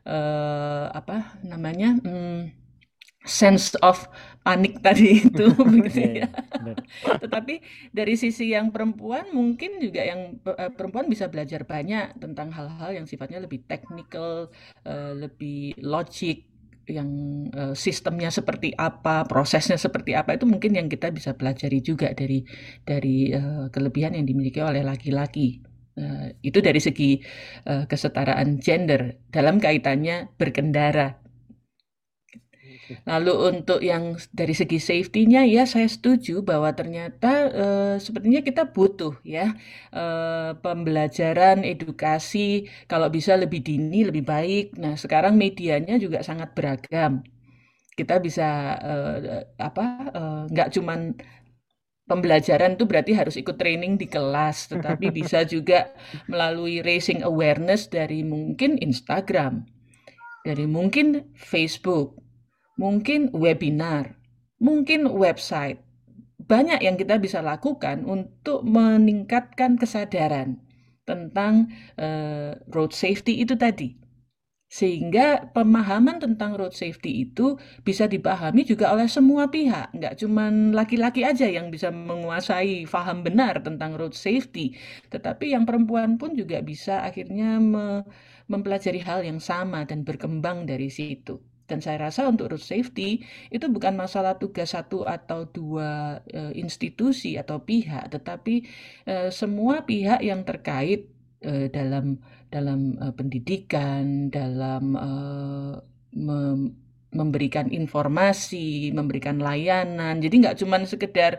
sense of panik tadi itu, begitu ya. Tetapi dari sisi yang perempuan, mungkin juga yang perempuan bisa belajar banyak tentang hal-hal yang sifatnya lebih teknikal, lebih logik, yang sistemnya seperti apa, prosesnya seperti apa, itu mungkin yang kita bisa pelajari juga dari kelebihan yang dimiliki oleh laki-laki. Itu dari segi kesetaraan gender dalam kaitannya berkendara. Lalu untuk yang dari segi safety-nya, ya saya setuju bahwa ternyata sepertinya kita butuh ya pembelajaran, edukasi, kalau bisa lebih dini lebih baik. Nah, sekarang medianya juga sangat beragam. Kita bisa nggak cuman pembelajaran itu berarti harus ikut training di kelas, tetapi bisa juga melalui raising awareness dari mungkin Instagram, dari mungkin Facebook, mungkin webinar, mungkin website. Banyak yang kita bisa lakukan untuk meningkatkan kesadaran tentang road safety itu tadi. Sehingga pemahaman tentang road safety itu bisa dipahami juga oleh semua pihak. Nggak cuma laki-laki aja yang bisa menguasai paham benar tentang road safety, tetapi yang perempuan pun juga bisa akhirnya mempelajari hal yang sama dan berkembang dari situ. Dan saya rasa untuk road safety itu bukan masalah tugas satu atau dua institusi atau pihak, tetapi semua pihak yang terkait dalam pendidikan, dalam memberikan informasi, memberikan layanan. Jadi nggak cuma sekedar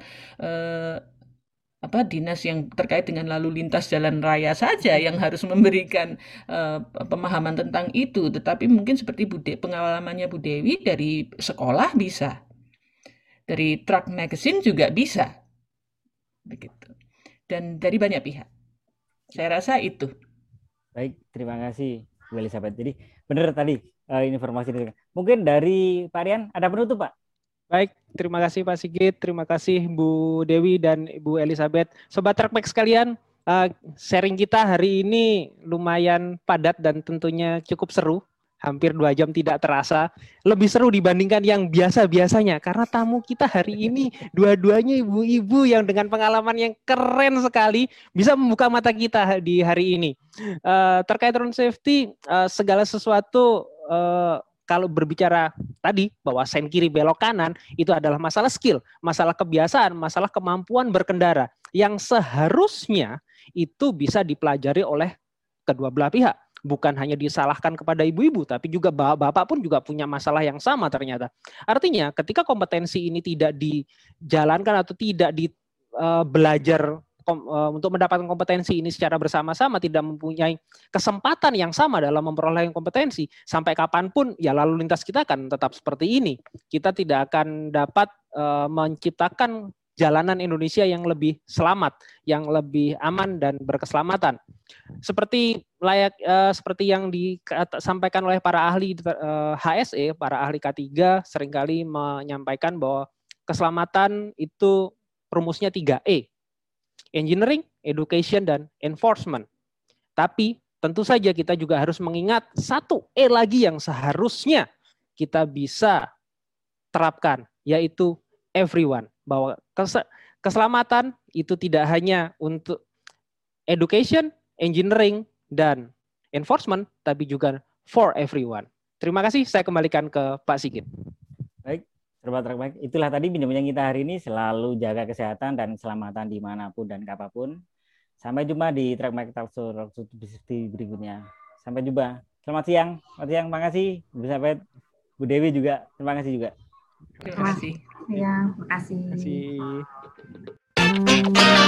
dinas yang terkait dengan lalu lintas jalan raya saja yang harus memberikan pemahaman tentang itu, tetapi mungkin seperti pengalamannya Bu Dewi dari sekolah bisa, dari Truck Magazine juga bisa, begitu, dan dari banyak pihak. Saya rasa itu. Baik, terima kasih Bu Elizabeth. Jadi benar tadi informasi. Mungkin dari Pak Rian ada penutup, Pak? Baik, terima kasih Pak Sigit, terima kasih Bu Dewi dan Ibu Elizabeth. Sobat Trackback sekalian, sharing kita hari ini lumayan padat dan tentunya cukup seru. Hampir 2 jam tidak terasa. Lebih seru dibandingkan yang biasa-biasanya. Karena tamu kita hari ini dua-duanya ibu-ibu yang dengan pengalaman yang keren sekali bisa membuka mata kita di hari ini. Terkait road safety, segala sesuatu kalau berbicara tadi bahwa sen kiri belok kanan itu adalah masalah skill, masalah kebiasaan, masalah kemampuan berkendara yang seharusnya itu bisa dipelajari oleh kedua belah pihak. Bukan hanya disalahkan kepada ibu-ibu, tapi juga bapak pun juga punya masalah yang sama ternyata. Artinya ketika kompetensi ini tidak dijalankan atau tidak belajar untuk mendapatkan kompetensi ini secara bersama-sama, tidak mempunyai kesempatan yang sama dalam memperoleh kompetensi, sampai kapanpun ya lalu lintas kita akan tetap seperti ini. Kita tidak akan dapat menciptakan jalanan Indonesia yang lebih selamat, yang lebih aman dan berkeselamatan. Seperti yang disampaikan oleh para ahli HSE, para ahli K3 seringkali menyampaikan bahwa keselamatan itu rumusnya 3E. Engineering, education, dan enforcement. Tapi tentu saja kita juga harus mengingat 1E lagi yang seharusnya kita bisa terapkan, yaitu everyone. Bahwa keselamatan itu tidak hanya untuk education, engineering, dan enforcement, tapi juga for everyone. Terima kasih, saya kembalikan ke Pak Sigit. Baik. Sobat Trackback, itulah tadi bincang kita hari ini, selalu jaga kesehatan dan keselamatan dimanapun dan kapanpun. Sampai jumpa di Trackback Talkshow berikutnya. Sampai jumpa. Selamat siang. Makasih Bu Elizabeth, Bu Dewi juga. Terima kasih juga. Terima kasih. Ya, makasih. Terima kasih.